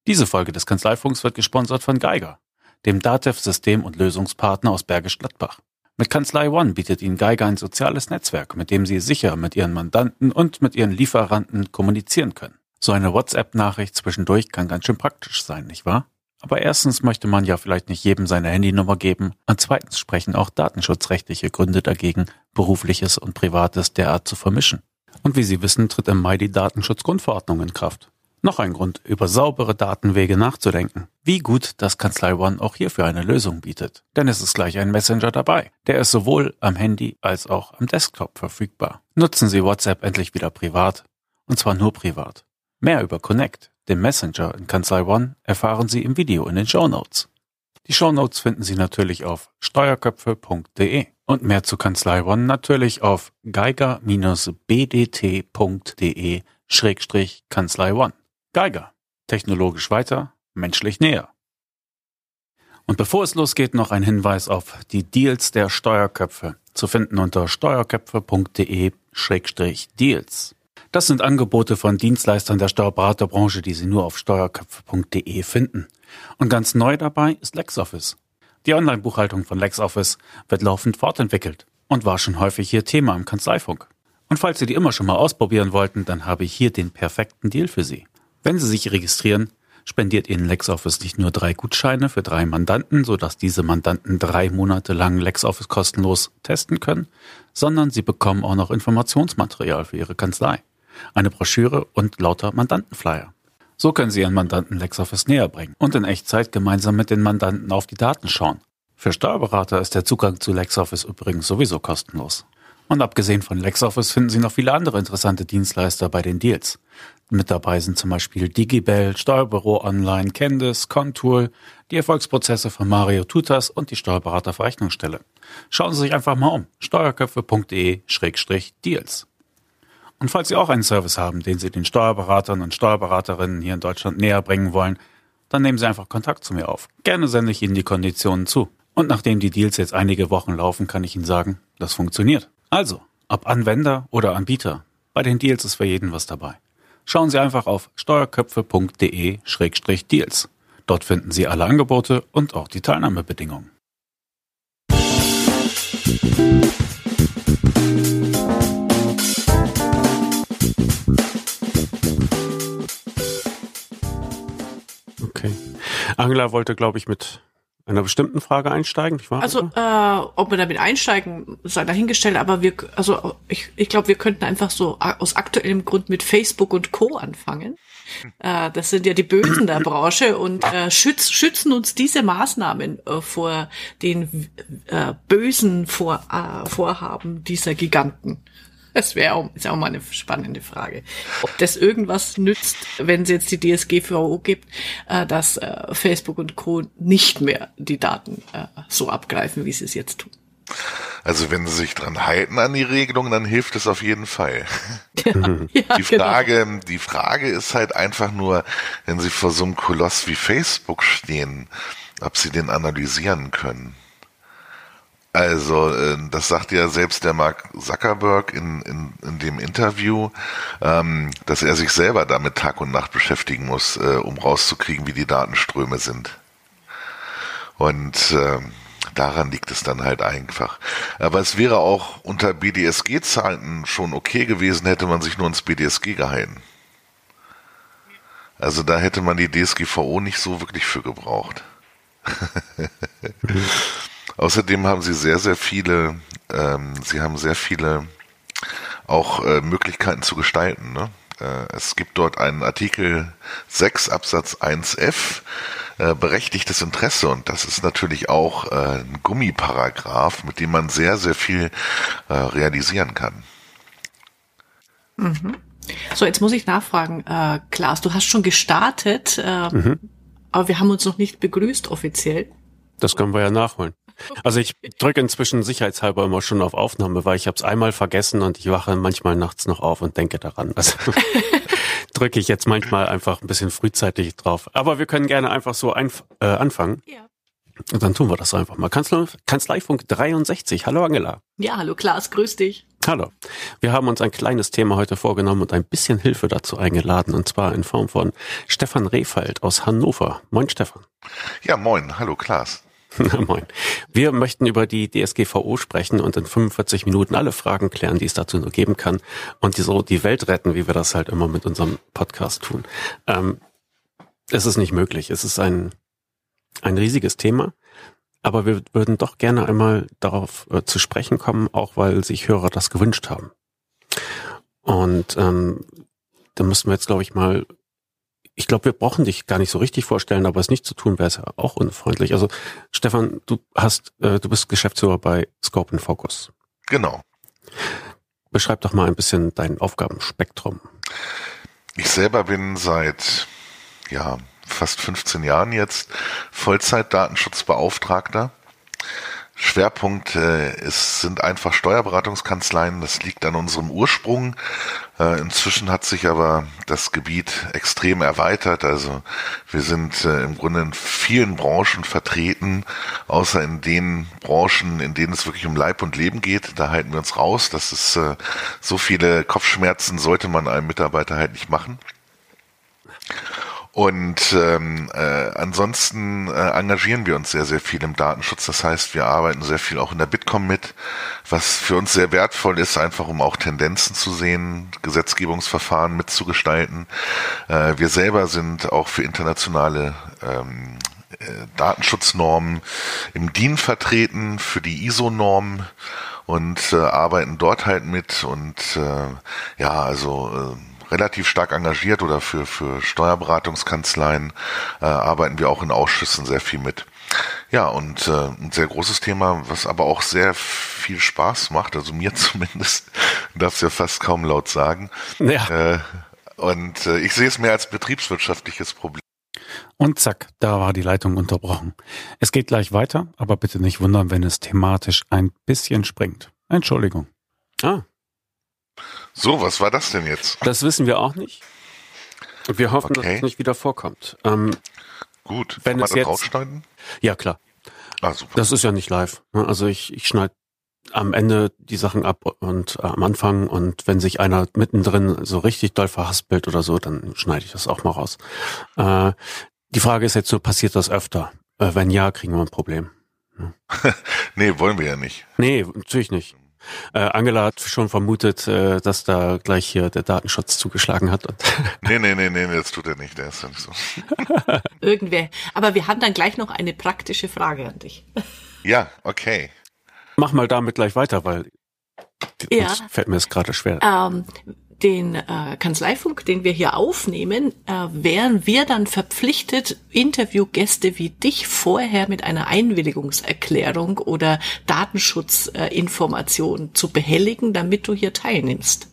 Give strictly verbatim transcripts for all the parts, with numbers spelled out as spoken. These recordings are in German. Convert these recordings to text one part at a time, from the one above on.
Diese Folge des Kanzleifunks wird gesponsert von Geiger, dem DATEV-System- und Lösungspartner aus Bergisch Gladbach. Mit Kanzlei One bietet Ihnen Geiger ein soziales Netzwerk, mit dem Sie sicher mit Ihren Mandanten und mit Ihren Lieferanten kommunizieren können. So eine WhatsApp-Nachricht zwischendurch kann ganz schön praktisch sein, nicht wahr? Aber erstens möchte man ja vielleicht nicht jedem seine Handynummer geben und zweitens sprechen auch datenschutzrechtliche Gründe dagegen, Berufliches und Privates derart zu vermischen. Und wie Sie wissen, tritt im Mai die Datenschutzgrundverordnung in Kraft. Noch ein Grund, über saubere Datenwege nachzudenken. Wie gut, dass Kanzlei One auch hierfür eine Lösung bietet. Denn es ist gleich ein Messenger dabei. Der ist sowohl am Handy als auch am Desktop verfügbar. Nutzen Sie WhatsApp endlich wieder privat. Und zwar nur privat. Mehr über Connect, dem Messenger in Kanzlei One, erfahren Sie im Video in den Shownotes. Die Shownotes finden Sie natürlich auf steuerköpfe punkt de und mehr zu Kanzlei One natürlich auf geiger b d t punkt de schrägstrich Kanzlei One. Geiger. Technologisch weiter, menschlich näher. Und bevor es losgeht, noch ein Hinweis auf die Deals der Steuerköpfe, zu finden unter steuerköpfe punkt de schrägstrich deals. Das sind Angebote von Dienstleistern der Steuerberaterbranche, die Sie nur auf steuerköpfe punkt de finden. Und ganz neu dabei ist LexOffice. Die Online-Buchhaltung von LexOffice wird laufend fortentwickelt und war schon häufig hier Thema im Kanzleifunk. Und falls Sie die immer schon mal ausprobieren wollten, dann habe ich hier den perfekten Deal für Sie. Wenn Sie sich registrieren, spendiert Ihnen LexOffice nicht nur drei Gutscheine für drei Mandanten, sodass diese Mandanten drei Monate lang LexOffice kostenlos testen können, sondern Sie bekommen auch noch Informationsmaterial für Ihre Kanzlei, eine Broschüre und lauter Mandantenflyer. So können Sie Ihren Mandanten LexOffice näher bringen und in Echtzeit gemeinsam mit den Mandanten auf die Daten schauen. Für Steuerberater ist der Zugang zu LexOffice übrigens sowieso kostenlos. Und abgesehen von LexOffice finden Sie noch viele andere interessante Dienstleister bei den Deals. Mit dabei sind zum Beispiel Digibel, Steuerbüro Online, Candice, Contour, die Erfolgsprozesse von Mario Tutas und die Steuerberaterverrechnungsstelle. Schauen Sie sich einfach mal um. steuerköpfe punkt de schrägstrich deals. Und falls Sie auch einen Service haben, den Sie den Steuerberatern und Steuerberaterinnen hier in Deutschland näher bringen wollen, dann nehmen Sie einfach Kontakt zu mir auf. Gerne sende ich Ihnen die Konditionen zu. Und nachdem die Deals jetzt einige Wochen laufen, kann ich Ihnen sagen, das funktioniert. Also, ob Anwender oder Anbieter, bei den Deals ist für jeden was dabei. Schauen Sie einfach auf steuerköpfe punkt de schrägstrich deals. Dort finden Sie alle Angebote und auch die Teilnahmebedingungen. Okay. Angela wollte, glaube ich, mit einer bestimmten Frage einsteigen, nicht wahr? Also, äh, ob wir damit einsteigen, sei dahingestellt, aber wir, also ich, ich glaube, wir könnten einfach so aus aktuellem Grund mit Facebook und Co. anfangen. Äh, das sind ja die Bösen der Branche und äh, schütz, schützen uns diese Maßnahmen äh, vor den äh, bösen vor, äh, Vorhaben dieser Giganten. Das wäre auch, ist auch mal eine spannende Frage. Ob das irgendwas nützt, wenn es jetzt die D S G V O gibt, äh, dass äh, Facebook und Co. nicht mehr die Daten äh, so abgreifen, wie sie es jetzt tun. Also wenn sie sich dran halten an die Regelung, dann hilft es auf jeden Fall. Ja, ja, die Frage, genau. die Frage ist halt einfach nur, wenn sie vor so einem Koloss wie Facebook stehen, ob sie den analysieren können. Also, das sagt ja selbst der Mark Zuckerberg in, in, in dem Interview, ähm, dass er sich selber damit Tag und Nacht beschäftigen muss, äh, um rauszukriegen, wie die Datenströme sind. Und äh, daran liegt es dann halt einfach. Aber es wäre auch unter B D S G-Zeiten schon okay gewesen, hätte man sich nur ins B D S G gehalten. Also da hätte man die D S G V O nicht so wirklich für gebraucht. Außerdem haben sie sehr, sehr viele, ähm, sie haben sehr viele auch äh, Möglichkeiten zu gestalten. Ne? Äh, es gibt dort einen Artikel sechs Absatz eins f, äh, berechtigtes Interesse, und das ist natürlich auch äh, ein Gummiparagraph, mit dem man sehr, sehr viel äh, realisieren kann. Mhm. So, jetzt muss ich nachfragen, äh, Klaas, du hast schon gestartet, äh, mhm. aber wir haben uns noch nicht begrüßt offiziell. Das können wir ja nachholen. Also ich drücke inzwischen sicherheitshalber immer schon auf Aufnahme, weil ich habe es einmal vergessen und ich wache manchmal nachts noch auf und denke daran. Also drücke ich jetzt manchmal einfach ein bisschen frühzeitig drauf. Aber wir können gerne einfach so ein, äh, anfangen. Ja. Und dann tun wir das einfach mal. Kanzlei, Kanzleifunk dreiundsechzig. Hallo Angela. Ja, hallo Klaas, grüß dich. Hallo. Wir haben uns ein kleines Thema heute vorgenommen und ein bisschen Hilfe dazu eingeladen, und zwar in Form von Stefan Rehfeld aus Hannover. Moin, Stefan. Ja, moin. Hallo, Klaas. Moin. Wir möchten über die D S G V O sprechen und in fünfundvierzig Minuten alle Fragen klären, die es dazu nur geben kann, und die so die Welt retten, wie wir das halt immer mit unserem Podcast tun. Ähm, es ist nicht möglich. Es ist ein, ein riesiges Thema. Aber wir würden doch gerne einmal darauf äh, zu sprechen kommen, auch weil sich Hörer das gewünscht haben. Und ähm, da müssen wir jetzt, glaube ich, mal, ich glaube, wir brauchen dich gar nicht so richtig vorstellen, aber es nicht zu tun, wäre es ja auch unfreundlich. Also Stefan, du hast, äh, du bist Geschäftsführer bei Scope and Focus. Genau. Beschreib doch mal ein bisschen dein Aufgabenspektrum. Ich selber bin seit, ja, fast fünfzehn Jahren jetzt Vollzeit-Datenschutzbeauftragter. Schwerpunkt äh, ist, sind einfach Steuerberatungskanzleien. Das liegt an unserem Ursprung. Äh, inzwischen hat sich aber das Gebiet extrem erweitert. Also wir sind äh, im Grunde in vielen Branchen vertreten, außer in den Branchen, in denen es wirklich um Leib und Leben geht. Da halten wir uns raus. Das ist äh, so viele Kopfschmerzen sollte man einem Mitarbeiter halt nicht machen. Und ähm, äh, ansonsten äh, engagieren wir uns sehr, sehr viel im Datenschutz. Das heißt, wir arbeiten sehr viel auch in der Bitkom mit, was für uns sehr wertvoll ist, einfach um auch Tendenzen zu sehen, Gesetzgebungsverfahren mitzugestalten. Äh, wir selber sind auch für internationale ähm, äh, Datenschutznormen im D I N vertreten, für die I S O-Normen und äh, arbeiten dort halt mit. Und äh, ja, also äh, relativ stark engagiert, oder für für Steuerberatungskanzleien äh, arbeiten wir auch in Ausschüssen sehr viel mit. Ja, und äh, ein sehr großes Thema, was aber auch sehr viel Spaß macht, also mir zumindest, darf es ja fast kaum laut sagen. Ja. Äh, und äh, ich sehe es mehr als betriebswirtschaftliches Problem. Und zack, da war die Leitung unterbrochen. Es geht gleich weiter, aber bitte nicht wundern, wenn es thematisch ein bisschen springt. Entschuldigung. Ah. So, was war das denn jetzt? Das wissen wir auch nicht. Und wir hoffen, Okay. dass es nicht wieder vorkommt. Ähm, Gut, wenn kann man es das jetzt- rausschneiden? ja, klar. Ah, super. Das ist ja nicht live. ne? Also ich, ich schneide am Ende die Sachen ab und äh, am Anfang, und wenn sich einer mittendrin so richtig doll verhaspelt oder so, dann schneide ich das auch mal raus. Äh, die Frage ist jetzt nur, passiert das öfter? Äh, wenn ja, kriegen wir ein Problem. Nee, wollen wir ja nicht. Nee, natürlich nicht. Äh, Angela hat schon vermutet, äh, dass da gleich hier der Datenschutz zugeschlagen hat. Und Nee, nee, nee, nee, das tut er nicht, der ist ja nicht so. Irgendwer. Aber wir haben dann gleich noch eine praktische Frage an dich. Ja, okay. mach mal damit gleich weiter, weil Ja. uns fällt mir es gerade schwer. Ähm, den äh, Kanzleifunk, den wir hier aufnehmen, äh, wären wir dann verpflichtet, Interviewgäste wie dich vorher mit einer Einwilligungserklärung oder Datenschutzinformation äh, zu behelligen, damit du hier teilnimmst.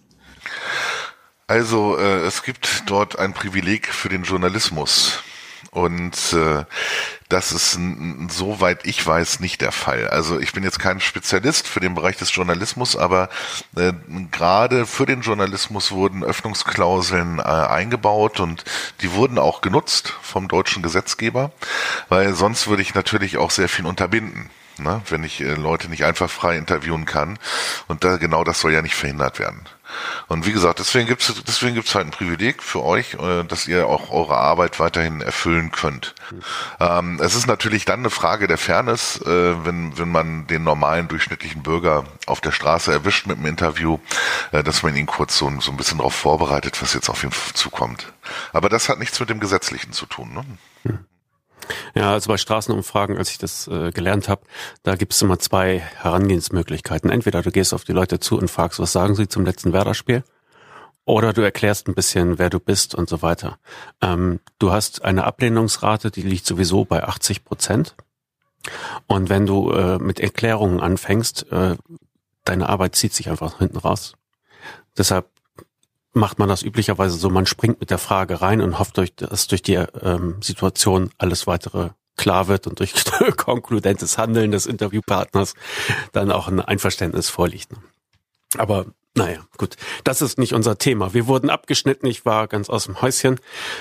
Also äh, es gibt dort ein Privileg für den Journalismus. Und äh, das ist n, n, soweit ich weiß nicht der Fall. Also ich bin jetzt kein Spezialist für den Bereich des Journalismus, aber äh, gerade für den Journalismus wurden Öffnungsklauseln äh, eingebaut, und die wurden auch genutzt vom deutschen Gesetzgeber, weil sonst würde ich natürlich auch sehr viel unterbinden, ne, wenn ich äh, Leute nicht einfach frei interviewen kann. Und da, genau das soll ja nicht verhindert werden. Und wie gesagt, deswegen gibt's deswegen gibt's halt ein Privileg für euch, äh, dass ihr auch eure Arbeit weiterhin erfüllen könnt. Mhm. Ähm, es ist natürlich dann eine Frage der Fairness, äh, wenn wenn man den normalen durchschnittlichen Bürger auf der Straße erwischt mit einem Interview, äh, dass man ihn kurz so, so ein bisschen darauf vorbereitet, was jetzt auf ihn zukommt. Aber das hat nichts mit dem Gesetzlichen zu tun, ne? Mhm. Ja, also bei Straßenumfragen, als ich das äh, gelernt habe, da gibt es immer zwei Herangehensmöglichkeiten. Entweder du gehst auf die Leute zu und fragst, was sagen sie zum letzten Werder-Spiel, oder du erklärst ein bisschen, wer du bist und so weiter. Ähm, du hast eine Ablehnungsrate, die liegt sowieso bei achtzig Prozent. Und wenn du äh, mit Erklärungen anfängst, äh, deine Arbeit zieht sich einfach hinten raus. Deshalb macht man das üblicherweise so, man springt mit der Frage rein und hofft, durch, dass durch die ähm, Situation alles weitere klar wird und durch konkludentes Handeln des Interviewpartners dann auch ein Einverständnis vorliegt. Aber naja, gut, das ist nicht unser Thema. Wir wurden abgeschnitten, ich war ganz aus dem Häuschen.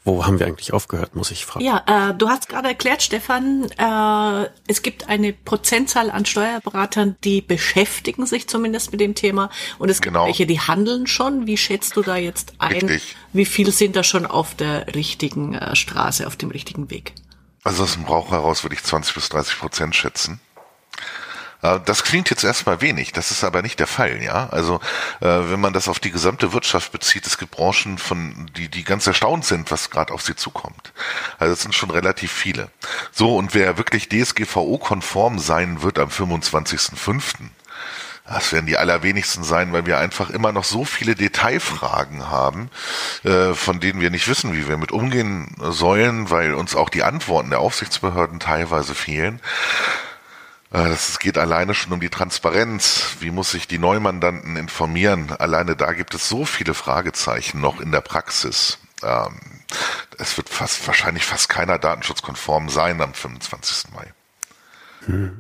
wo haben wir eigentlich aufgehört, muss ich fragen. Ja, äh, du hast gerade erklärt, Stefan, äh, es gibt eine Prozentzahl an Steuerberatern, die beschäftigen sich zumindest mit dem Thema und es gibt Genau. welche, die handeln schon. Wie schätzt du da jetzt ein? Richtig. Wie viel sind da schon auf der richtigen äh, Straße, auf dem richtigen Weg? Also aus dem Bauch heraus würde ich zwanzig bis dreißig Prozent schätzen. Das klingt jetzt erstmal wenig, das ist aber nicht der Fall, ja. Also äh, wenn man das auf die gesamte Wirtschaft bezieht, es gibt Branchen, von die die ganz erstaunt sind, was gerade auf sie zukommt. Also es sind schon relativ viele. So, und wer wirklich D S G V O-konform sein wird am fünfundzwanzigsten fünften, das werden die allerwenigsten sein, weil wir einfach immer noch so viele Detailfragen haben, äh, von denen wir nicht wissen, wie wir mit umgehen sollen, weil uns auch die Antworten der Aufsichtsbehörden teilweise fehlen. Es geht alleine schon um die Transparenz. Wie muss ich die Neumandanten informieren? Alleine da gibt es so viele Fragezeichen noch in der Praxis. Ähm, es wird fast wahrscheinlich fast keiner datenschutzkonform sein am fünfundzwanzigsten Mai. Hm.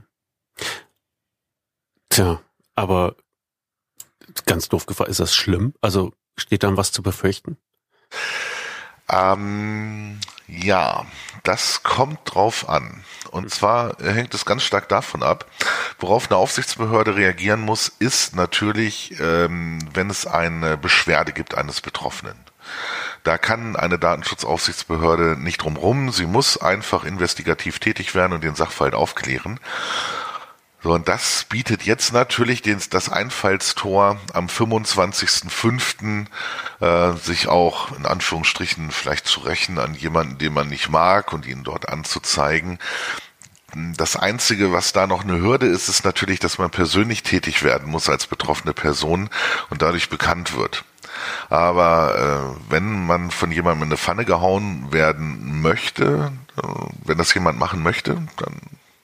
Tja, aber ganz doof gefragt, ist das schlimm? Also steht dann was zu befürchten? Ähm, ja, das kommt drauf an. Und zwar hängt es ganz stark davon ab, worauf eine Aufsichtsbehörde reagieren muss, ist natürlich, ähm, wenn es eine Beschwerde gibt eines Betroffenen. Da kann eine Datenschutzaufsichtsbehörde nicht drum rum. Sie muss einfach investigativ tätig werden und den Sachverhalt aufklären. So, und das bietet jetzt natürlich den, das Einfallstor am fünfundzwanzigsten fünften äh, sich auch in Anführungsstrichen vielleicht zu rächen an jemanden, den man nicht mag und ihn dort anzuzeigen. Das Einzige, was da noch eine Hürde ist, ist natürlich, dass man persönlich tätig werden muss als betroffene Person und dadurch bekannt wird. Aber äh, wenn man von jemandem in eine Pfanne gehauen werden möchte, äh, wenn das jemand machen möchte, dann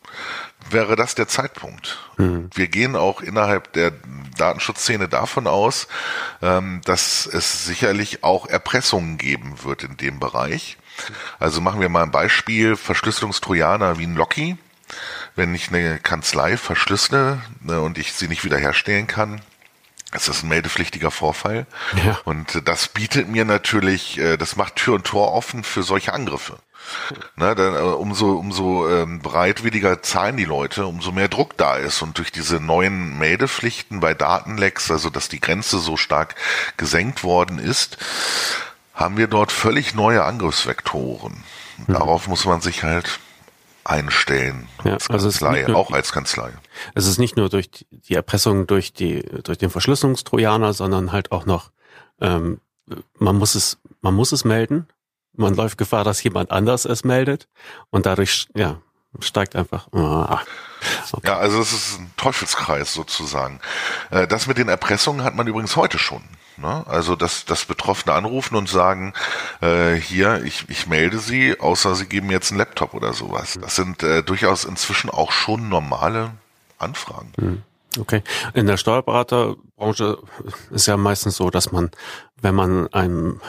wäre das der Zeitpunkt. Mhm. Wir gehen auch innerhalb der Datenschutzszene davon aus, ähm, dass es sicherlich auch Erpressungen geben wird in dem Bereich. Also machen wir mal ein Beispiel, Verschlüsselungstrojaner wie ein Locky. Wenn ich eine Kanzlei verschlüssele, ne, und ich sie nicht wiederherstellen kann, ist das ein meldepflichtiger Vorfall. Ja. Und das bietet mir natürlich, das macht Tür und Tor offen für solche Angriffe. Ne, dann, umso umso ähm, bereitwilliger zahlen die Leute, umso mehr Druck da ist. Und durch diese neuen Meldepflichten bei Datenlecks, also dass die Grenze so stark gesenkt worden ist, haben wir dort völlig neue Angriffsvektoren. Mhm. Darauf muss man sich halt einstellen, ja, als also Kanzlei, nur, auch als Kanzlei. Es ist nicht nur durch die Erpressung durch die durch den Verschlüsselungstrojaner, sondern halt auch noch ähm, man muss es man muss es melden. Man läuft Gefahr, dass jemand anders es meldet und dadurch ja steigt einfach. Oh, okay. Ja, also es ist ein Teufelskreis sozusagen. Das mit den Erpressungen hat man übrigens heute schon. Ne? Also dass das Betroffene anrufen und sagen, äh, hier, ich, ich melde Sie, außer Sie geben mir jetzt einen Laptop oder sowas. Das sind äh, durchaus inzwischen auch schon normale Anfragen. Okay. In der Steuerberaterbranche ist ja meistens so, dass man, wenn man einem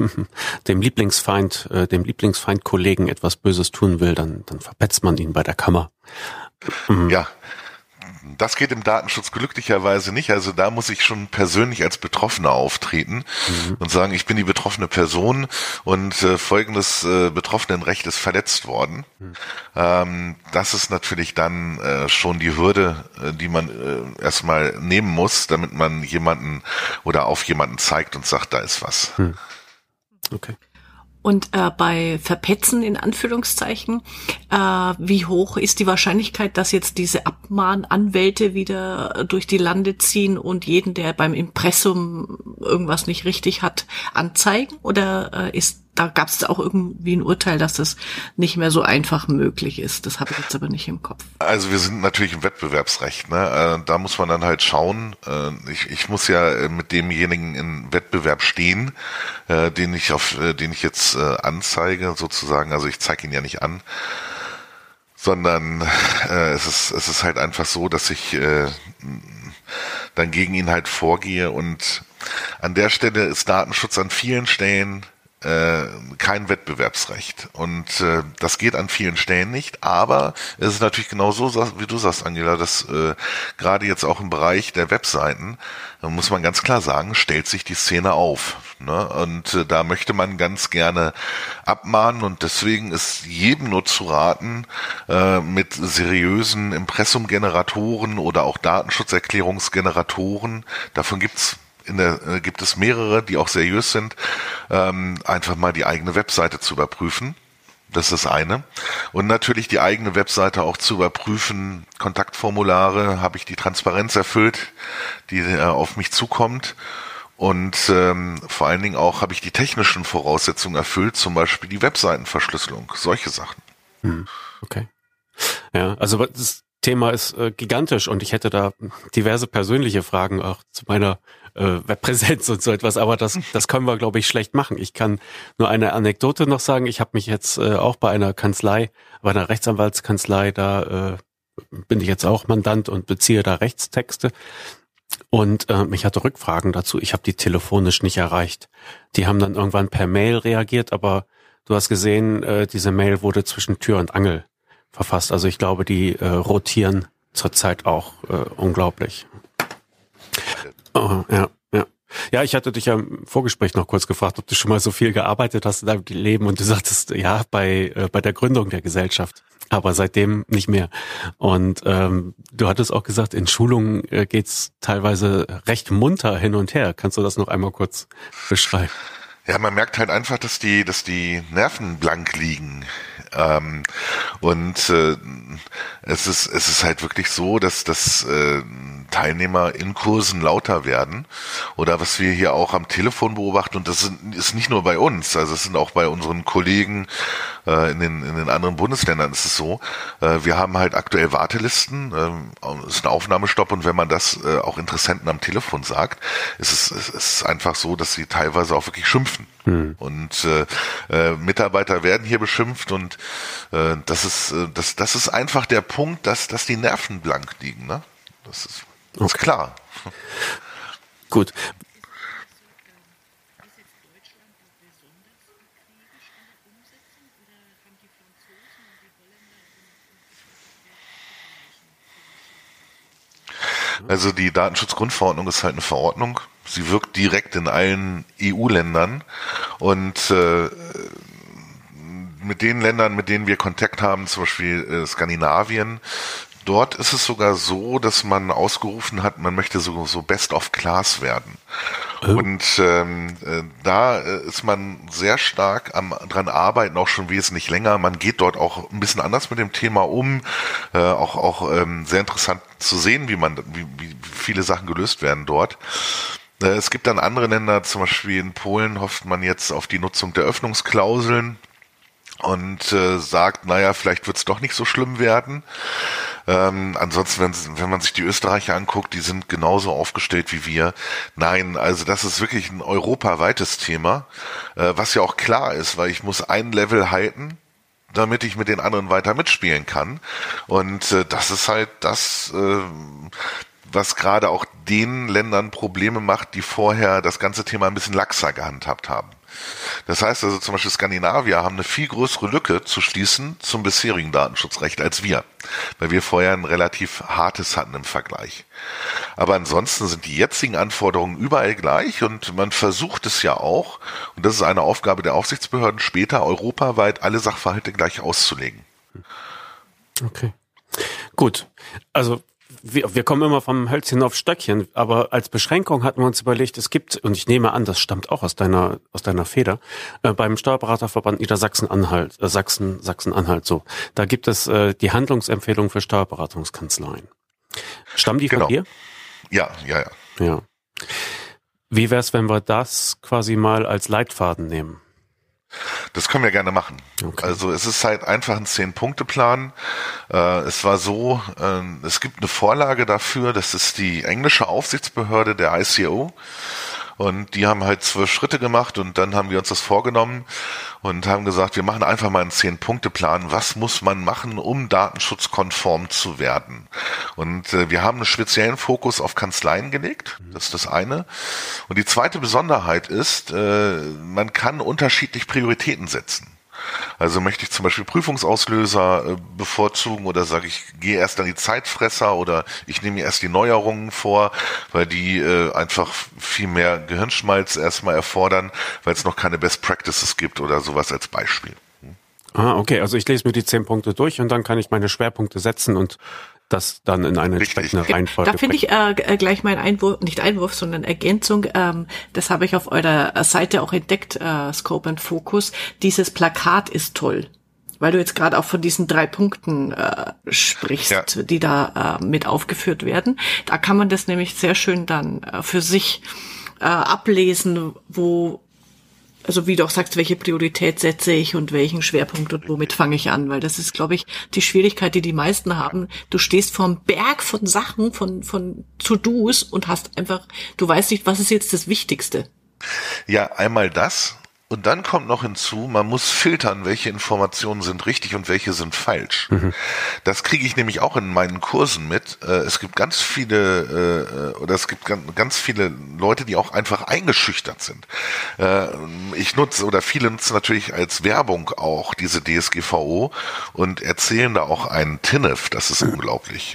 dem Lieblingsfeind, äh, dem Lieblingsfeind-Kollegen etwas Böses tun will, dann, dann verpetzt man ihn bei der Kammer. Mhm. Ja. Das geht im Datenschutz glücklicherweise nicht. Also da muss ich schon persönlich als Betroffener auftreten mhm. und sagen, ich bin die betroffene Person und äh, folgendes äh, Betroffenenrecht ist verletzt worden. Mhm. Ähm, das ist natürlich dann äh, schon die Hürde, äh, die man äh, erstmal nehmen muss, damit man jemanden oder auf jemanden zeigt und sagt, da ist was. Mhm. Okay. Und äh, bei Verpetzen in Anführungszeichen, äh, wie hoch ist die Wahrscheinlichkeit, dass jetzt diese Abmahnanwälte wieder durch die Lande ziehen und jeden, der beim Impressum irgendwas nicht richtig hat, anzeigen? Oder äh, ist da gab es auch irgendwie ein Urteil, dass das nicht mehr so einfach möglich ist? Das habe ich jetzt aber nicht im Kopf. Also wir sind natürlich im Wettbewerbsrecht, ne? Da muss man dann halt schauen. Ich, ich muss ja mit demjenigen in Wettbewerb stehen, den ich auf, den ich jetzt anzeige, sozusagen. Also ich zeige ihn ja nicht an, sondern äh, es ist es ist halt einfach so, dass ich äh, dann gegen ihn halt vorgehe und an der Stelle ist Datenschutz an vielen Stellen äh, kein Wettbewerbsrecht. Und äh, das geht an vielen Stellen nicht, aber es ist natürlich genau so, wie du sagst, Angela, dass äh, gerade jetzt auch im Bereich der Webseiten, da muss man ganz klar sagen, stellt sich die Szene auf. Ne? Und äh, da möchte man ganz gerne abmahnen und deswegen ist jedem nur zu raten, äh, mit seriösen Impressumgeneratoren oder auch Datenschutzerklärungsgeneratoren, davon gibt's In der, äh, gibt es mehrere, die auch seriös sind, ähm, einfach mal die eigene Webseite zu überprüfen. Das ist das eine. Und natürlich die eigene Webseite auch zu überprüfen. Kontaktformulare, habe ich die Transparenz erfüllt, die äh, auf mich zukommt. Und ähm, vor allen Dingen auch, habe ich die technischen Voraussetzungen erfüllt, zum Beispiel die Webseitenverschlüsselung, solche Sachen. Hm, okay. Ja, also das Thema ist äh, gigantisch und ich hätte da diverse persönliche Fragen auch zu meiner äh, Webpräsenz und so etwas, aber das das können wir, glaube ich, schlecht machen. Ich kann nur eine Anekdote noch sagen. Ich habe mich jetzt äh, auch bei einer Kanzlei, bei einer Rechtsanwaltskanzlei, da äh, bin ich jetzt auch Mandant und beziehe da Rechtstexte und äh, mich hatte Rückfragen dazu. Ich habe die telefonisch nicht erreicht. Die haben dann irgendwann per Mail reagiert, aber du hast gesehen, äh, diese Mail wurde zwischen Tür und Angel verfasst. Also ich glaube, die äh, rotieren zurzeit auch äh, unglaublich. Oh, ja, ja. Ja, ich hatte dich ja im Vorgespräch noch kurz gefragt, ob du schon mal so viel gearbeitet hast in deinem Leben und du sagtest, ja, bei äh, bei der Gründung der Gesellschaft, aber seitdem nicht mehr. Und ähm, du hattest auch gesagt, in Schulungen äh, geht's teilweise recht munter hin und her. Kannst du das noch einmal kurz beschreiben? Ja, man merkt halt einfach, dass die, dass die Nerven blank liegen. Ähm, und äh, es ist, es ist halt wirklich so, dass, dass äh, Teilnehmer in Kursen lauter werden. Oder was wir hier auch am Telefon beobachten, und das ist, ist nicht nur bei uns, also es sind auch bei unseren Kollegen äh, in den, in den anderen Bundesländern ist es so. Äh, wir haben halt aktuell Wartelisten, äh, ist ein Aufnahmestopp, und wenn man das äh, auch Interessenten am Telefon sagt, ist es, es ist einfach so, dass sie teilweise auch wirklich schimpfen. Hm. Und äh, äh, Mitarbeiter werden hier beschimpft, und äh, das ist äh, das das ist einfach der Punkt, dass dass die Nerven blank liegen, ne? Das ist, das ist klar. Gut. Also die Datenschutzgrundverordnung ist halt eine Verordnung. Sie wirkt direkt in allen E U-Ländern, und äh, mit den Ländern, mit denen wir Kontakt haben, zum Beispiel äh, Skandinavien, dort ist es sogar so, dass man ausgerufen hat, man möchte so, so Best of Class werden. Oh. Und ähm, äh, da äh, ist man sehr stark am dran arbeiten, auch schon wesentlich länger. Man geht dort auch ein bisschen anders mit dem Thema um. Äh, auch auch ähm, sehr interessant zu sehen, wie man wie, wie viele Sachen gelöst werden dort. Äh, es gibt dann andere Länder, zum Beispiel in Polen hofft man jetzt auf die Nutzung der Öffnungsklauseln und äh, sagt, naja, vielleicht wird's doch nicht so schlimm werden. Ähm, ansonsten, wenn, wenn man sich die Österreicher anguckt, die sind genauso aufgestellt wie wir. Nein, also das ist wirklich ein europaweites Thema, äh, was ja auch klar ist, weil ich muss ein Level halten, damit ich mit den anderen weiter mitspielen kann. Und äh, das ist halt das, äh, was gerade auch den Ländern Probleme macht, die vorher das ganze Thema ein bisschen laxer gehandhabt haben. Das heißt also, zum Beispiel Skandinavier haben eine viel größere Lücke zu schließen zum bisherigen Datenschutzrecht als wir, weil wir vorher ein relativ hartes hatten im Vergleich. Aber ansonsten sind die jetzigen Anforderungen überall gleich, und man versucht es ja auch, und das ist eine Aufgabe der Aufsichtsbehörden, später europaweit alle Sachverhalte gleich auszulegen. Okay, gut. Also Wir, wir kommen immer vom Hölzchen auf Stöckchen, aber als Beschränkung hatten wir uns überlegt, es gibt, und ich nehme an, das stammt auch aus deiner aus deiner Feder, äh, beim Steuerberaterverband Niedersachsen-Anhalt, äh, Sachsen, Sachsen-Anhalt so, da gibt es äh, die Handlungsempfehlung für Steuerberatungskanzleien. Stammen die genau. von dir? Ja, ja, ja. Ja. Wie wär's, wenn wir das quasi mal als Leitfaden nehmen? Das können wir gerne machen. Okay. Also es ist halt einfach ein Zehn-Punkte-Plan. Äh, es war so, äh, es gibt eine Vorlage dafür, das ist die englische Aufsichtsbehörde der I C O. Und die haben halt zwölf Schritte gemacht und dann haben wir uns das vorgenommen und haben gesagt, wir machen einfach mal einen Zehn-Punkte-Plan. Was muss man machen, um datenschutzkonform zu werden? Und äh, wir haben einen speziellen Fokus auf Kanzleien gelegt. Das ist das eine. Und die zweite Besonderheit ist, äh, man kann unterschiedlich Prioritäten setzen. Also möchte ich zum Beispiel Prüfungsauslöser äh, bevorzugen oder sage ich, gehe erst an die Zeitfresser oder ich nehme mir erst die Neuerungen vor, weil die äh, einfach viel mehr Gehirnschmalz erstmal erfordern, weil es noch keine Best Practices gibt oder sowas als Beispiel. Ah, okay, also ich lese mir die zehn Punkte durch und dann kann ich meine Schwerpunkte setzen und das dann in eine entsprechende Reihenfolge. Da finde ich äh, gleich mein Einwurf, nicht Einwurf, sondern Ergänzung. Ähm, das habe ich auf eurer Seite auch entdeckt, äh, Scope and Focus. Dieses Plakat ist toll, weil du jetzt gerade auch von diesen drei Punkten äh, sprichst, ja, die da äh, mit aufgeführt werden. Da kann man das nämlich sehr schön dann äh, für sich äh, ablesen, wo Also wie du auch sagst, welche Priorität setze ich und welchen Schwerpunkt und womit fange ich an? Weil das ist, glaube ich, die Schwierigkeit, die die meisten haben. Du stehst vor einem Berg von Sachen, von von To-Dos und hast einfach, du weißt nicht, was ist jetzt das Wichtigste. Ja, einmal das. Und dann kommt noch hinzu, man muss filtern, welche Informationen sind richtig und welche sind falsch. Mhm. Das kriege ich nämlich auch in meinen Kursen mit. Es gibt ganz viele, oder es gibt ganz viele Leute, die auch einfach eingeschüchtert sind. Ich nutze, oder viele nutzen natürlich als Werbung auch diese D S G V O und erzählen da auch einen Tinnef. Das ist unglaublich.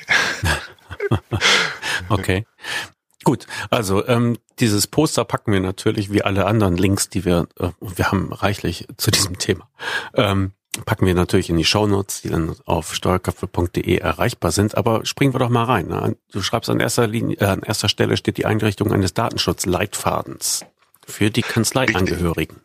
Okay. Gut, also ähm, dieses Poster packen wir natürlich wie alle anderen Links, die wir, äh, wir haben reichlich zu diesem Thema, ähm, packen wir natürlich in die Shownotes, die dann auf steuerköpfe punkt de erreichbar sind. Aber springen wir doch mal rein. Ne? Du schreibst an erster Linie, äh, an erster Stelle steht die Einrichtung eines Datenschutzleitfadens für die Kanzleiangehörigen.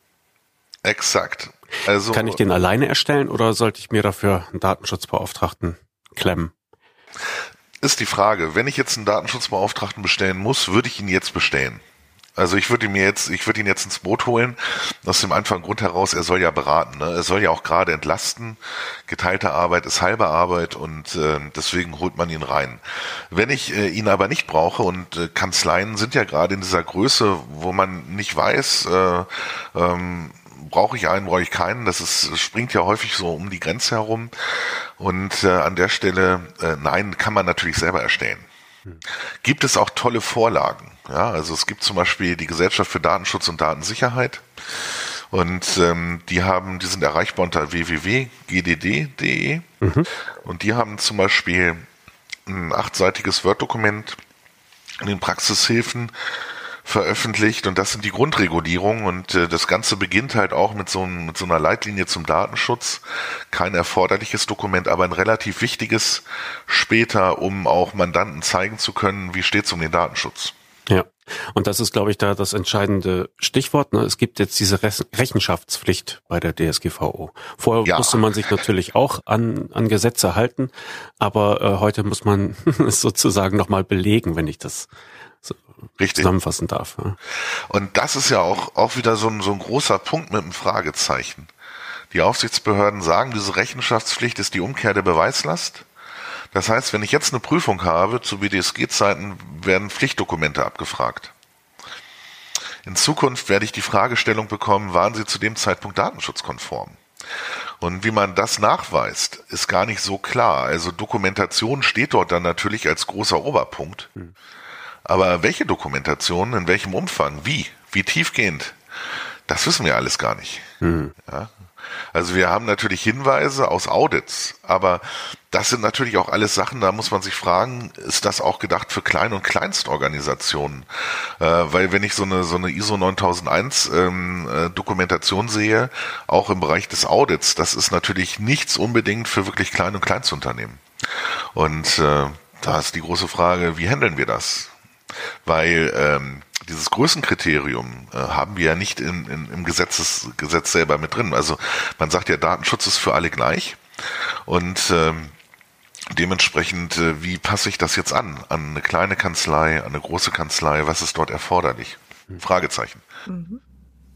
Exakt. Also kann ich den alleine erstellen oder sollte ich mir dafür einen Datenschutzbeauftragten klemmen? Ist die Frage, wenn ich jetzt einen Datenschutzbeauftragten bestellen muss, würde ich ihn jetzt bestellen. Also ich würde ihn mir jetzt, ich würde ihn jetzt ins Boot holen, aus dem einfachen Grund heraus, er soll ja beraten, ne? Er soll ja auch gerade entlasten. Geteilte Arbeit ist halbe Arbeit und äh, deswegen holt man ihn rein. Wenn ich äh, ihn aber nicht brauche und äh, Kanzleien sind ja gerade in dieser Größe, wo man nicht weiß, äh, ähm, brauche ich einen, brauche ich keinen. Das ist, das springt ja häufig so um die Grenze herum. Und äh, an der Stelle, äh, nein, kann man natürlich selber erstellen. Hm. Gibt es auch tolle Vorlagen. Ja, also es gibt zum Beispiel die Gesellschaft für Datenschutz und Datensicherheit. Und ähm, die haben, die sind erreichbar unter w w w punkt g d d punkt d e. Mhm. Und die haben zum Beispiel ein achtseitiges Word-Dokument in den Praxishilfen veröffentlicht und das sind die Grundregulierungen und äh, das Ganze beginnt halt auch mit so, mit so einer Leitlinie zum Datenschutz. Kein erforderliches Dokument, aber ein relativ wichtiges später, um auch Mandanten zeigen zu können, wie steht es um den Datenschutz. Ja, und das ist, glaube ich, da das entscheidende Stichwort. Ne? Es gibt jetzt diese Rechenschaftspflicht bei der D S G V O. Vorher ja. musste man sich natürlich auch an, an Gesetze halten, aber äh, heute muss man es sozusagen nochmal belegen, wenn ich das so richtig zusammenfassen darf. Ja. Und das ist ja auch, auch wieder so ein, so ein großer Punkt mit einem Fragezeichen. Die Aufsichtsbehörden sagen, diese Rechenschaftspflicht ist die Umkehr der Beweislast. Das heißt, wenn ich jetzt eine Prüfung habe, zu B D S G-Zeiten werden Pflichtdokumente abgefragt. In Zukunft werde ich die Fragestellung bekommen, waren sie zu dem Zeitpunkt datenschutzkonform? Und wie man das nachweist, ist gar nicht so klar. Also Dokumentation steht dort dann natürlich als großer Oberpunkt. Hm. Aber welche Dokumentation, in welchem Umfang, wie, wie tiefgehend, das wissen wir alles gar nicht. Hm. Ja? Also wir haben natürlich Hinweise aus Audits, aber das sind natürlich auch alles Sachen, da muss man sich fragen, ist das auch gedacht für Klein- und Kleinstorganisationen? Äh, weil wenn ich so eine so eine I S O neuntausendeins ähm, äh, Dokumentation sehe, auch im Bereich des Audits, das ist natürlich nichts unbedingt für wirklich Klein- und Kleinstunternehmen. Und äh, da ist die große Frage, wie handeln wir das? Weil ähm, dieses Größenkriterium äh, haben wir ja nicht in, in, im Gesetzes, Gesetz selber mit drin. Also man sagt ja, Datenschutz ist für alle gleich und ähm, dementsprechend, äh, wie passe ich das jetzt an? An eine kleine Kanzlei, an eine große Kanzlei, was ist dort erforderlich? Mhm. Fragezeichen. Mhm.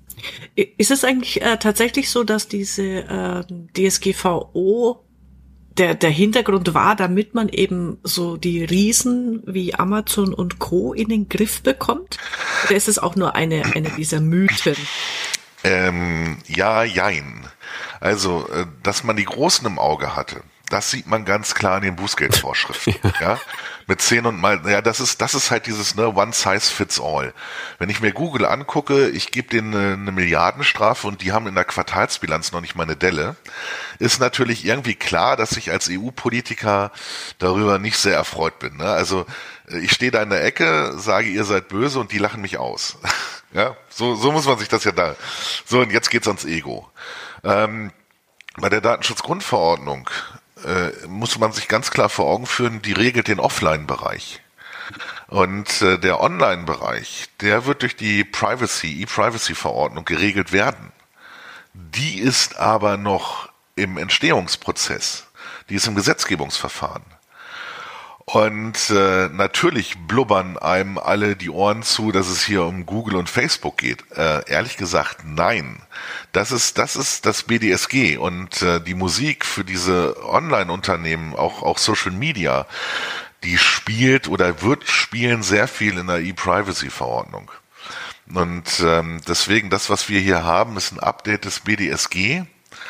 Ist es eigentlich äh, tatsächlich so, dass diese äh, D S G V O der, der Hintergrund war, damit man eben so die Riesen wie Amazon und Co. in den Griff bekommt? Oder ist es auch nur eine, eine dieser Mythen? Ähm, ja, jein. Also, äh, dass man die Großen im Auge hatte, das sieht man ganz klar in den Bußgeldvorschriften. ja. ja, mit zehn und mal, ja, das ist, das ist halt dieses, ne, one size fits all. Wenn ich mir Google angucke, ich gebe denen eine, eine Milliardenstrafe und die haben in der Quartalsbilanz noch nicht mal eine Delle, ist natürlich irgendwie klar, dass ich als E U-Politiker darüber nicht sehr erfreut bin. Ne? Also, ich stehe da in der Ecke, sage, ihr seid böse und die lachen mich aus. ja, so, so muss man sich das ja da. So, und jetzt geht's ans Ego. Ähm, bei der Datenschutzgrundverordnung äh, muss man sich ganz klar vor Augen führen, die regelt den Offline-Bereich. Und äh, der Online-Bereich, der wird durch die Privacy, E-Privacy-Verordnung geregelt werden. Die ist aber noch im Entstehungsprozess. Die ist im Gesetzgebungsverfahren. Und äh, natürlich blubbern einem alle die Ohren zu, dass es hier um Google und Facebook geht. Äh, ehrlich gesagt, nein. Das ist das ist das B D S G und äh, die Musik für diese Online-Unternehmen, auch auch Social Media, die spielt oder wird spielen sehr viel in der E-Privacy-Verordnung. Und ähm, deswegen, das, was wir hier haben, ist ein Update des B D S G.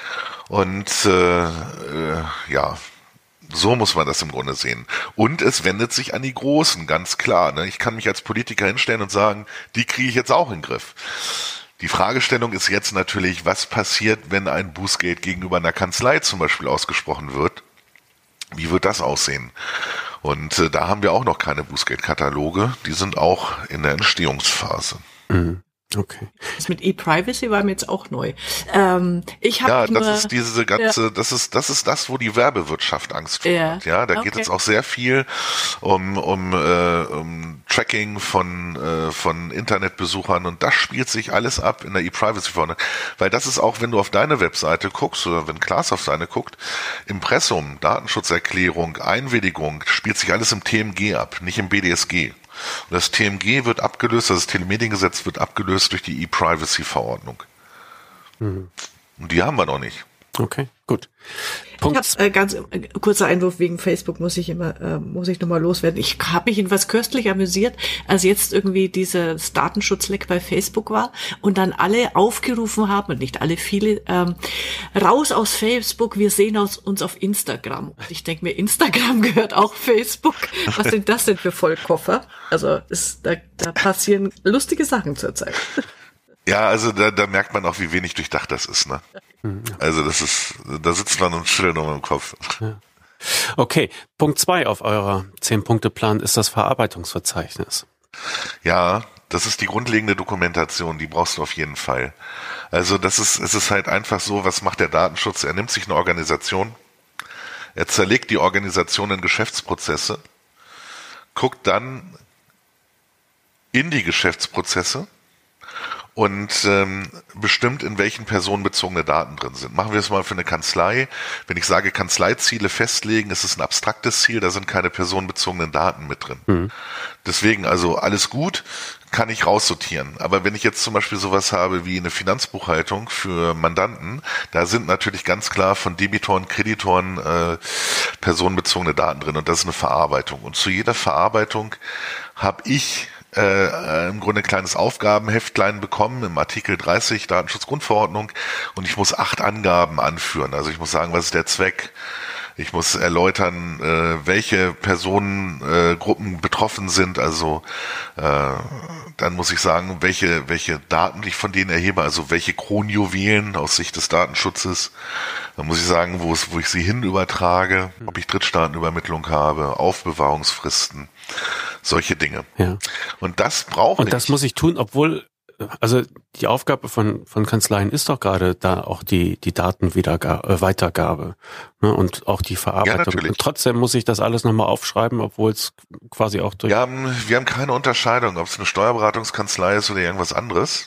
Und äh, äh, ja, so muss man das im Grunde sehen. Und es wendet sich an die Großen, ganz klar. Ne? Ich kann mich als Politiker hinstellen und sagen, die kriege ich jetzt auch in den Griff. Die Fragestellung ist jetzt natürlich, was passiert, wenn ein Bußgeld gegenüber einer Kanzlei zum Beispiel ausgesprochen wird? Wie wird das aussehen? Und äh, da haben wir auch noch keine Bußgeldkataloge. Die sind auch in der Entstehungsphase. Mhm. Okay. Das mit E-Privacy war mir jetzt auch neu. Ähm, ich hab ja, nur, das ist diese ganze, ja. das ist das ist das, wo die Werbewirtschaft Angst vor ja. hat. Ja, da okay. geht es auch sehr viel um um, äh, um Tracking von äh, von Internetbesuchern und das spielt sich alles ab in der E-Privacy-Verordnung, weil das ist auch, wenn du auf deine Webseite guckst oder wenn Klaas auf seine guckt, Impressum, Datenschutzerklärung, Einwilligung, spielt sich alles im T M G ab, nicht im B D S G. Und das T M G wird abgelöst, also das Telemediengesetz wird abgelöst durch die E-Privacy-Verordnung. Mhm. Und die haben wir noch nicht. Okay, gut. Punkt. Ich habe äh, ganz äh, kurzer Einwurf wegen Facebook muss ich immer äh, muss ich nochmal loswerden. Ich habe mich jedenfalls köstlich amüsiert, als jetzt irgendwie dieses Datenschutzleck bei Facebook war und dann alle aufgerufen haben, und nicht alle, viele, ähm, raus aus Facebook, wir sehen aus, uns auf Instagram. Und ich denke mir, Instagram gehört auch Facebook. Was sind das denn für Vollkoffer? Also ist, da, da passieren lustige Sachen zurzeit. Ja, also da, da merkt man auch, wie wenig durchdacht das ist, ne? Also das ist, da sitzt man und schüttelt noch im Kopf. Ja. Okay, Punkt zwei auf eurer Zehn-Punkte-Plan ist das Verarbeitungsverzeichnis. Ja, das ist die grundlegende Dokumentation, die brauchst du auf jeden Fall. Also das ist, es ist halt einfach so, was macht der Datenschutz? Er nimmt sich eine Organisation, er zerlegt die Organisation in Geschäftsprozesse, guckt dann in die Geschäftsprozesse und ähm, bestimmt, in welchen personenbezogene Daten drin sind. Machen wir es mal für eine Kanzlei. Wenn ich sage, Kanzleiziele festlegen, ist es ein abstraktes Ziel, da sind keine personenbezogenen Daten mit drin. Mhm. Deswegen, also alles gut, kann ich raussortieren. Aber wenn ich jetzt zum Beispiel sowas habe wie eine Finanzbuchhaltung für Mandanten, da sind natürlich ganz klar von Debitoren, Kreditoren äh, personenbezogene Daten drin und das ist eine Verarbeitung. Und zu jeder Verarbeitung habe ich Äh, im Grunde ein kleines Aufgabenheftlein bekommen im Artikel dreißig Datenschutzgrundverordnung und ich muss acht Angaben anführen. Also ich muss sagen, was ist der Zweck? Ich muss erläutern, äh, welche Personengruppen äh, betroffen sind. Also äh, dann muss ich sagen, welche welche Daten ich von denen erhebe. Also welche Kronjuwelen aus Sicht des Datenschutzes. Dann muss ich sagen, wo es wo ich sie hin übertrage, ob ich Drittstaatenübermittlung habe, Aufbewahrungsfristen. Solche Dinge. Ja. Und das brauche ich. Und das muss ich tun, obwohl, also die Aufgabe von von Kanzleien ist doch gerade da auch die die Datenwiedergabe, äh, Weitergabe, ne, und auch die Verarbeitung. Ja, natürlich. Und trotzdem muss ich das alles nochmal aufschreiben, obwohl es quasi auch durch... Wir haben, wir haben keine Unterscheidung, ob es eine Steuerberatungskanzlei ist oder irgendwas anderes.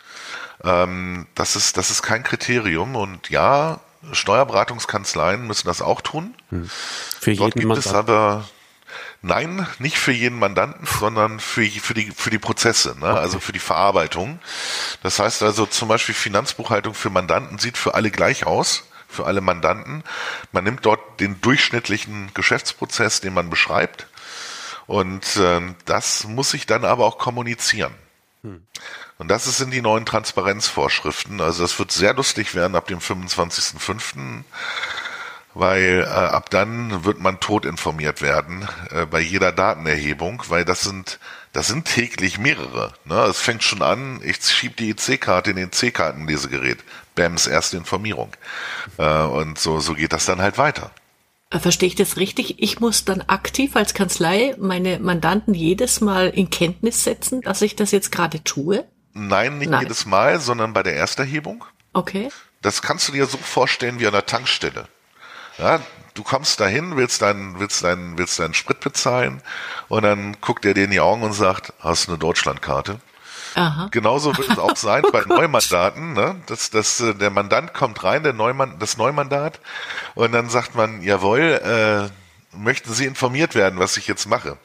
Ähm, das ist das ist kein Kriterium und ja, Steuerberatungskanzleien müssen das auch tun. Hm. Für jeden Dort gibt Mandat. es aber Nein, nicht für jeden Mandanten, sondern für, für die für die Prozesse, ne? Okay. Also für die Verarbeitung. Das heißt also zum Beispiel Finanzbuchhaltung für Mandanten sieht für alle gleich aus, für alle Mandanten. Man nimmt dort den durchschnittlichen Geschäftsprozess, den man beschreibt, und äh, das muss sich dann aber auch kommunizieren. Hm. Und das sind die neuen Transparenzvorschriften. Also das wird sehr lustig werden ab dem fünfundzwanzigsten fünften weil äh, ab dann wird man tot informiert werden äh, bei jeder Datenerhebung, weil das sind das sind täglich mehrere. Ne? Es fängt schon an, ich schiebe die E C-Karte in den C-Kartenlesegerät, Bams erste Informierung. Äh, und so so geht das dann halt weiter. Verstehe ich das richtig? Ich muss dann aktiv als Kanzlei meine Mandanten jedes Mal in Kenntnis setzen, dass ich das jetzt gerade tue? Nein, nicht Nein. jedes Mal, sondern bei der Ersterhebung. Okay. Das kannst du dir so vorstellen wie an der Tankstelle. Ja, du kommst dahin, willst deinen, willst deinen, willst deinen Sprit bezahlen und dann guckt er dir in die Augen und sagt, hast du eine Deutschlandkarte? Aha. Genauso wird es auch sein bei Neumandaten, ne? Das, das, der Mandant kommt rein, der Neumann, das Neumandat, und dann sagt man, jawohl, äh, möchten Sie informiert werden, was ich jetzt mache?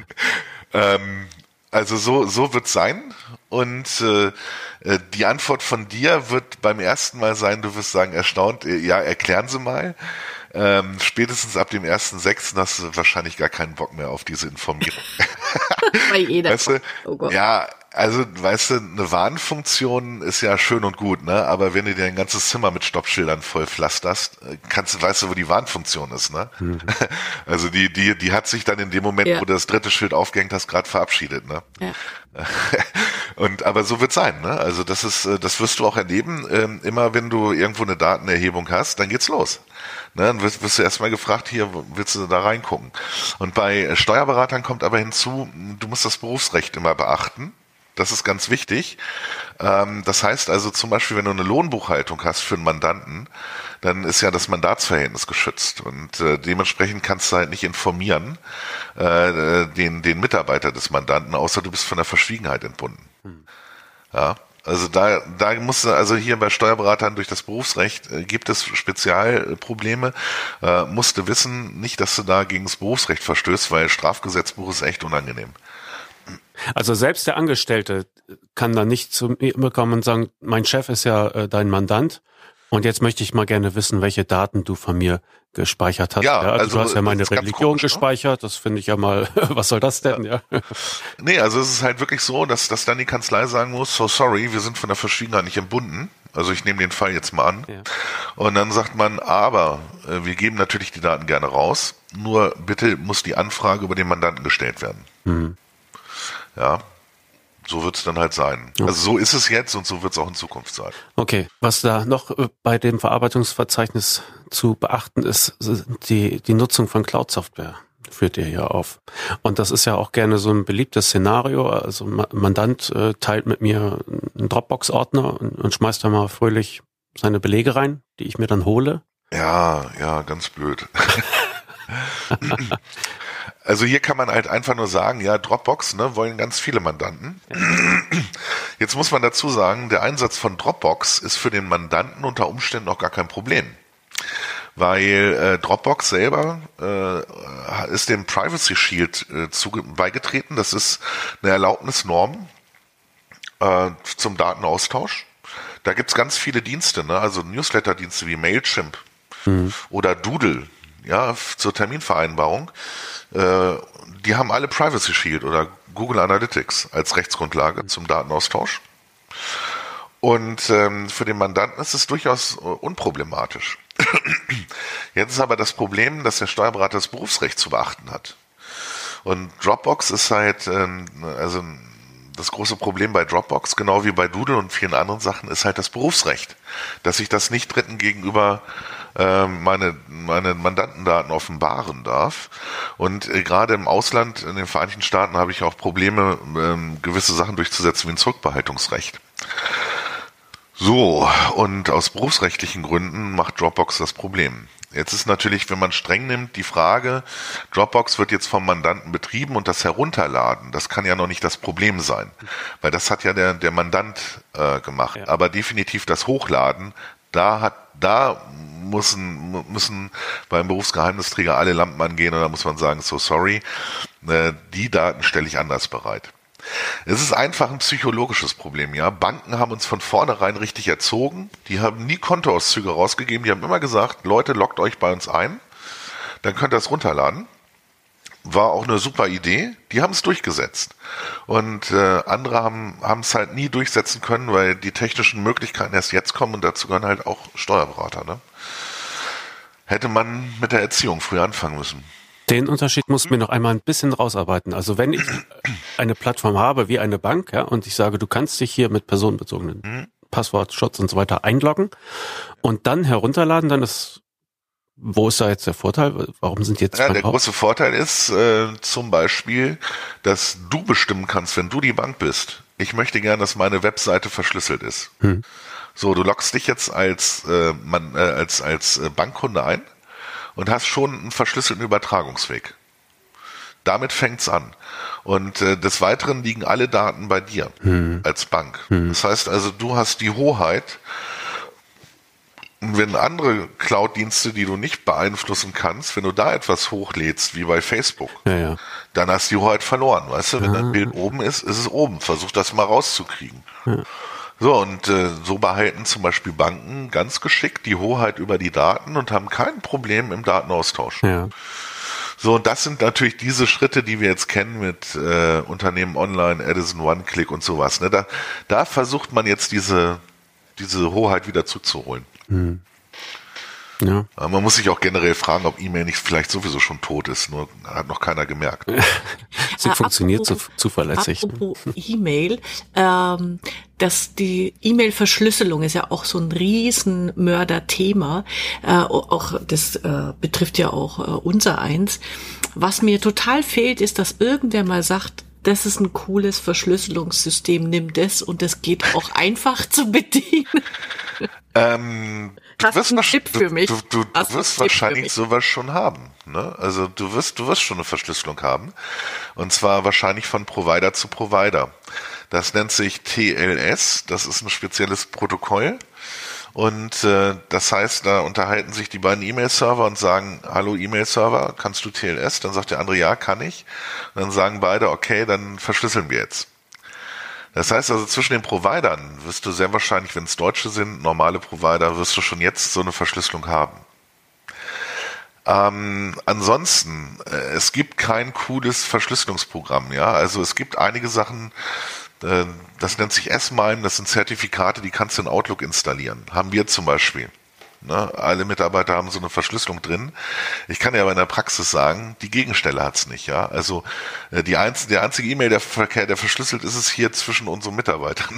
ähm, also so, so wird's sein, und äh, die Antwort von dir wird beim ersten Mal sein, du wirst sagen, erstaunt, ja, erklären Sie mal. Ähm, spätestens ab dem ersten sechsten hast du wahrscheinlich gar keinen Bock mehr auf diese Informierung. Bei jeder. Weißt du, oh Gott. Ja, also, weißt du, eine Warnfunktion ist ja schön und gut, ne? Aber wenn du dir ein ganzes Zimmer mit Stoppschildern voll pflasterst, kannst du, weißt du, wo die Warnfunktion ist, ne? Mhm. Also die, die, die hat sich dann in dem Moment, ja. wo du das dritte Schild aufgehängt hast, gerade verabschiedet, ne? Ja. Und aber so wird's sein, ne? Also das ist, das wirst du auch erleben. Ähm, immer wenn du irgendwo eine Datenerhebung hast, dann geht's los. Ne? Dann wirst, wirst du erstmal gefragt, hier willst du da reingucken. Und bei Steuerberatern kommt aber hinzu, du musst das Berufsrecht immer beachten. Das ist ganz wichtig. Ähm, das heißt also zum Beispiel, wenn du eine Lohnbuchhaltung hast für einen Mandanten, dann ist ja das Mandatsverhältnis geschützt, und äh, dementsprechend kannst du halt nicht informieren äh, den den Mitarbeiter des Mandanten, außer du bist von der Verschwiegenheit entbunden. Hm. Ja, also da da musst du, also hier bei Steuerberatern durch das Berufsrecht äh, gibt es Spezialprobleme. Äh, musst du wissen, nicht, dass du da gegen das Berufsrecht verstößt, weil Strafgesetzbuch ist echt unangenehm. Also selbst der Angestellte kann da nicht zu mir kommen und sagen, mein Chef ist ja äh, dein Mandant und jetzt möchte ich mal gerne wissen, welche Daten du von mir gespeichert hast. Ja, ja, also, also du hast ja meine Religion komisch, gespeichert, ne? Das finde ich ja mal, was soll das denn? Ja. Ja. Nee, also es ist halt wirklich so, dass, dass dann die Kanzlei sagen muss, so sorry, wir sind von der Verschwiegenheit nicht entbunden. Also ich nehme den Fall jetzt mal an. Ja. Und dann sagt man, aber äh, wir geben natürlich die Daten gerne raus, nur bitte muss die Anfrage über den Mandanten gestellt werden. Mhm. Ja, so wird es dann halt sein. Okay. Also so ist es jetzt und so wird es auch in Zukunft sein. Okay, was da noch bei dem Verarbeitungsverzeichnis zu beachten ist, die, die Nutzung von Cloud-Software führt ihr ja auf. Und das ist ja auch gerne so ein beliebtes Szenario. Also Mandant äh, teilt mit mir einen Dropbox-Ordner und, und schmeißt da mal fröhlich seine Belege rein, die ich mir dann hole. Ja, ja, ganz blöd. Also hier kann man halt einfach nur sagen, ja, Dropbox, ne, wollen ganz viele Mandanten. Jetzt muss man dazu sagen, der Einsatz von Dropbox ist für den Mandanten unter Umständen auch gar kein Problem. Weil äh, Dropbox selber äh, ist dem Privacy Shield äh, zuge- beigetreten. Das ist eine Erlaubnisnorm äh, zum Datenaustausch. Da gibt's ganz viele Dienste, ne, also Newsletter-Dienste wie Mailchimp mhm. oder Doodle, ja, zur Terminvereinbarung. Die haben alle Privacy Shield oder Google Analytics als Rechtsgrundlage zum Datenaustausch. Und ähm, für den Mandanten ist es durchaus äh, unproblematisch. Jetzt ist aber das Problem, dass der Steuerberater das Berufsrecht zu beachten hat. Und Dropbox ist halt, ähm, also das große Problem bei Dropbox, genau wie bei Doodle und vielen anderen Sachen, ist halt das Berufsrecht. Dass ich das nicht Dritten gegenüber meine meine Mandantendaten offenbaren darf. Und äh, gerade im Ausland, in den Vereinigten Staaten, habe ich auch Probleme, ähm, gewisse Sachen durchzusetzen wie ein Zurückbehaltungsrecht. So, und aus berufsrechtlichen Gründen macht Dropbox das Problem. Jetzt ist natürlich, wenn man streng nimmt, die Frage, Dropbox wird jetzt vom Mandanten betrieben und das Herunterladen, das kann ja noch nicht das Problem sein. Weil das hat ja der, der Mandant äh, gemacht. Ja. Aber definitiv das Hochladen, da hat, da müssen, müssen beim Berufsgeheimnisträger alle Lampen angehen und da muss man sagen, so sorry, äh, die Daten stelle ich anders bereit. Es ist einfach ein psychologisches Problem, ja. Banken haben uns von vornherein richtig erzogen. Die haben nie Kontoauszüge rausgegeben. Die haben immer gesagt, Leute, loggt euch bei uns ein. Dann könnt ihr es runterladen. War auch eine super Idee. Die haben es durchgesetzt. Und äh, andere haben haben es halt nie durchsetzen können, weil die technischen Möglichkeiten erst jetzt kommen und dazu gehören halt auch Steuerberater, ne? Hätte man mit der Erziehung früher anfangen müssen. Den Unterschied muss mir noch einmal ein bisschen rausarbeiten. Also wenn ich eine Plattform habe wie eine Bank, ja, und ich sage, du kannst dich hier mit personenbezogenen mhm. Passwortschutz und so weiter einloggen und dann herunterladen, dann ist, wo ist da jetzt der Vorteil? Warum sind jetzt? Ja, der große Vorteil ist äh, zum Beispiel, dass du bestimmen kannst, wenn du die Bank bist. Ich möchte gern, dass meine Webseite verschlüsselt ist. Hm. So, du loggst dich jetzt als äh, man, äh, als als äh, Bankkunde ein. Und hast schon einen verschlüsselten Übertragungsweg. Damit fängt's an. Und äh, des Weiteren liegen alle Daten bei dir hm. als Bank. Hm. Das heißt also, du hast die Hoheit. Und wenn andere Cloud-Dienste, die du nicht beeinflussen kannst, wenn du da etwas hochlädst, wie bei Facebook, ja, ja. dann hast du die Hoheit verloren. Weißt du, wenn ah. dein Bild oben ist, ist es oben. Versuch das mal rauszukriegen. Ja. So, und äh, so behalten zum Beispiel Banken ganz geschickt die Hoheit über die Daten und haben kein Problem im Datenaustausch. Ja. So, und das sind natürlich diese Schritte, die wir jetzt kennen mit äh, Unternehmen online, Edison, OneClick und sowas. Ne? Da, da versucht man jetzt diese, diese Hoheit wieder zurückzuholen. Mhm. Ja. Aber man muss sich auch generell fragen, ob E-Mail nicht vielleicht sowieso schon tot ist, nur hat noch keiner gemerkt. Sie äh, funktioniert apropos, zu, zuverlässig. Apropos E-Mail, ähm, dass die E-Mail-Verschlüsselung ist ja auch so ein Riesenmörder-Thema. Äh, auch das äh, betrifft ja auch äh, unser eins. Was mir total fehlt, ist, dass irgendwer mal sagt, das ist ein cooles Verschlüsselungssystem, nimm das und das geht auch einfach zu bedienen. Ähm, Hast du wirst, einen Tipp für mich? Du, du, du wirst wahrscheinlich sowas schon haben. Ne? Also du wirst, du wirst schon eine Verschlüsselung haben. Und zwar wahrscheinlich von Provider zu Provider. Das nennt sich T L S. Das ist ein spezielles Protokoll. Und äh, das heißt, da unterhalten sich die beiden E-Mail-Server und sagen, hallo E-Mail-Server, kannst du T L S? Dann sagt der andere, ja, kann ich. Und dann sagen beide, okay, dann verschlüsseln wir jetzt. Das heißt also, zwischen den Providern wirst du sehr wahrscheinlich, wenn es Deutsche sind, normale Provider, wirst du schon jetzt so eine Verschlüsselung haben. Ähm, ansonsten, äh, es gibt kein cooles Verschlüsselungsprogramm, ja. Also es gibt einige Sachen, äh, das nennt sich S-MIME, das sind Zertifikate, die kannst du in Outlook installieren. Haben wir zum Beispiel. Ne? Alle Mitarbeiter haben so eine Verschlüsselung drin. Ich kann ja aber in der Praxis sagen, die Gegenstelle hat's nicht, ja. Also äh, die einz- der einzige E-Mail-Verkehr, der verschlüsselt ist, ist hier zwischen unseren Mitarbeitern.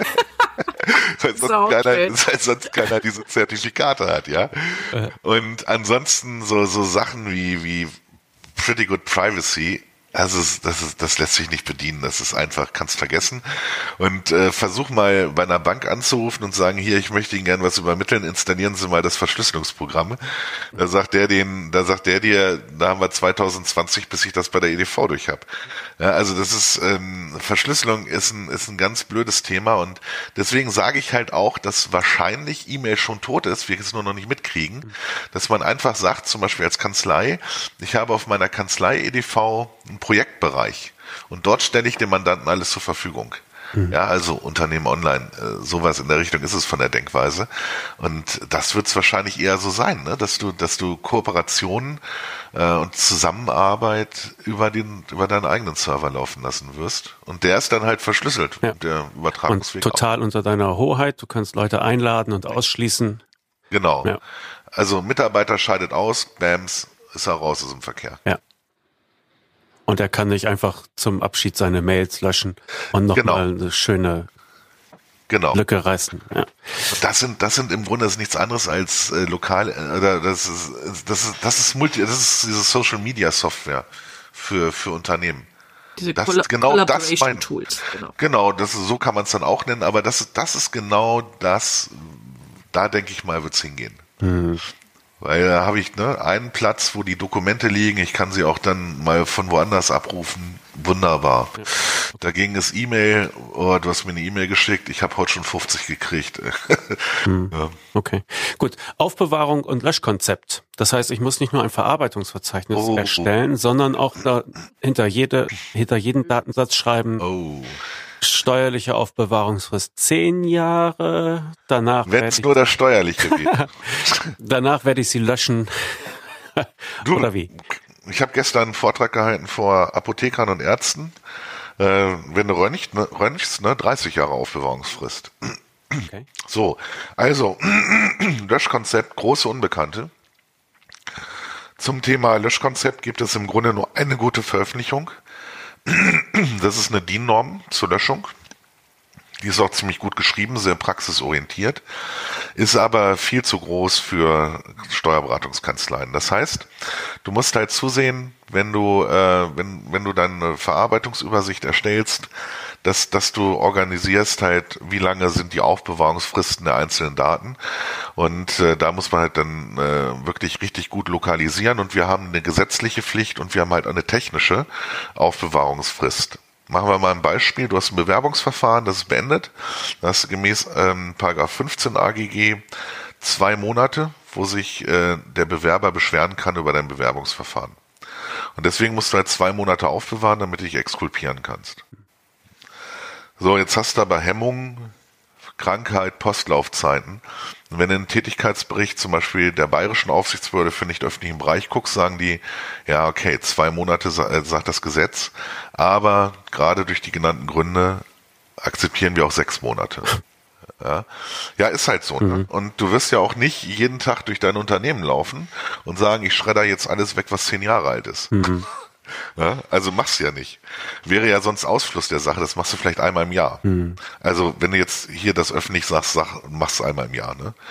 weil, sonst keiner, weil sonst keiner diese Zertifikate hat, ja. Und ansonsten so so Sachen wie wie Pretty Good Privacy. Also das ist, das lässt sich nicht bedienen, das ist einfach, kannst vergessen. Und äh, versuch mal bei einer Bank anzurufen und sagen, hier, ich möchte Ihnen gerne was übermitteln, installieren Sie mal das Verschlüsselungsprogramm. Da sagt der den, da sagt der dir, da haben wir zwanzig zwanzig, bis ich das bei der E D V durch habe. Ja, also das ist ähm, Verschlüsselung ist ein ist ein ganz blödes Thema und deswegen sage ich halt auch, dass wahrscheinlich E-Mail schon tot ist, wir es nur noch nicht mitkriegen, dass man einfach sagt, zum Beispiel als Kanzlei, ich habe auf meiner Kanzlei E D V einen Projektbereich und dort stelle ich dem Mandanten alles zur Verfügung. Mhm. Ja, also Unternehmen online, äh, sowas in der Richtung ist es von der Denkweise und das wird es wahrscheinlich eher so sein, ne? dass du, dass du Kooperationen äh, und Zusammenarbeit über den, über deinen eigenen Server laufen lassen wirst und der ist dann halt verschlüsselt, ja. der Übertragungsweg. Und total auch unter deiner Hoheit, du kannst Leute einladen und ausschließen. Genau. Ja. Also Mitarbeiter scheidet aus, Bams, ist er raus aus dem Verkehr. Ja. Und er kann nicht einfach zum Abschied seine Mails löschen und nochmal genau. eine schöne genau. Lücke reißen. Ja. Das sind, das sind im Grunde das nichts anderes als äh, lokal, oder das ist, das ist, das ist Multi, das ist diese Social Media Software für für Unternehmen. Diese das Colla- ist genau das mein, Tools. Genau, genau das ist, so kann man es dann auch nennen, aber das, das ist genau das, da denke ich mal, wird's hingehen. Mhm. Weil da habe ich ne, einen Platz, wo die Dokumente liegen. Ich kann sie auch dann mal von woanders abrufen. Wunderbar. Ja. Dagegen ist E-Mail, oh, du hast mir eine E-Mail geschickt, ich habe heute schon fünfzig gekriegt. Hm. Ja. Okay, gut. Aufbewahrung und Löschkonzept. Das heißt, ich muss nicht nur ein Verarbeitungsverzeichnis oh, erstellen, oh. sondern auch da hinter, jede, hinter jeden Datensatz schreiben, oh. steuerliche Aufbewahrungsfrist zehn Jahre. Danach Wenn es nur das steuerliche geht. Danach werde ich sie löschen. Du, oder wie? Ich habe gestern einen Vortrag gehalten vor Apothekern und Ärzten. Äh, wenn du röntgst, ne, röntgst, ne, dreißig Jahre Aufbewahrungsfrist. Okay. So, also Löschkonzept, große Unbekannte. Zum Thema Löschkonzept gibt es im Grunde nur eine gute Veröffentlichung. Das ist eine D I N-Norm zur Löschung. Die ist auch ziemlich gut geschrieben, sehr praxisorientiert, ist aber viel zu groß für Steuerberatungskanzleien. Das heißt, du musst halt zusehen, wenn du äh, wenn wenn du deine Verarbeitungsübersicht erstellst, dass dass du organisierst halt, wie lange sind die Aufbewahrungsfristen der einzelnen Daten, und äh, da muss man halt dann äh, wirklich richtig gut lokalisieren, und wir haben eine gesetzliche Pflicht und wir haben halt eine technische Aufbewahrungsfrist. Machen wir mal ein Beispiel. Du hast ein Bewerbungsverfahren, das ist beendet. Da hast du gemäß ähm, Paragraph fünfzehn A G G zwei Monate, wo sich äh, der Bewerber beschweren kann über dein Bewerbungsverfahren. Und deswegen musst du halt zwei Monate aufbewahren, damit du dich exkulpieren kannst. So, jetzt hast du aber Hemmungen, Krankheit, Postlaufzeiten. Und wenn du in den Tätigkeitsbericht zum Beispiel der Bayerischen Aufsichtsbehörde für nicht öffentlichen Bereich guckst, sagen die, ja okay, zwei Monate sagt das Gesetz, aber gerade durch die genannten Gründe akzeptieren wir auch sechs Monate. Ja, ja, ist halt so. Mhm. Ne? Und du wirst ja auch nicht jeden Tag durch dein Unternehmen laufen und sagen, ich schredder jetzt alles weg, was zehn Jahre alt ist. Mhm. Ja, also machst du ja nicht. Wäre ja sonst Ausfluss der Sache, das machst du vielleicht einmal im Jahr. Mhm. Also wenn du jetzt hier das öffentlich sagst, sag, machst du einmal im Jahr. Ne?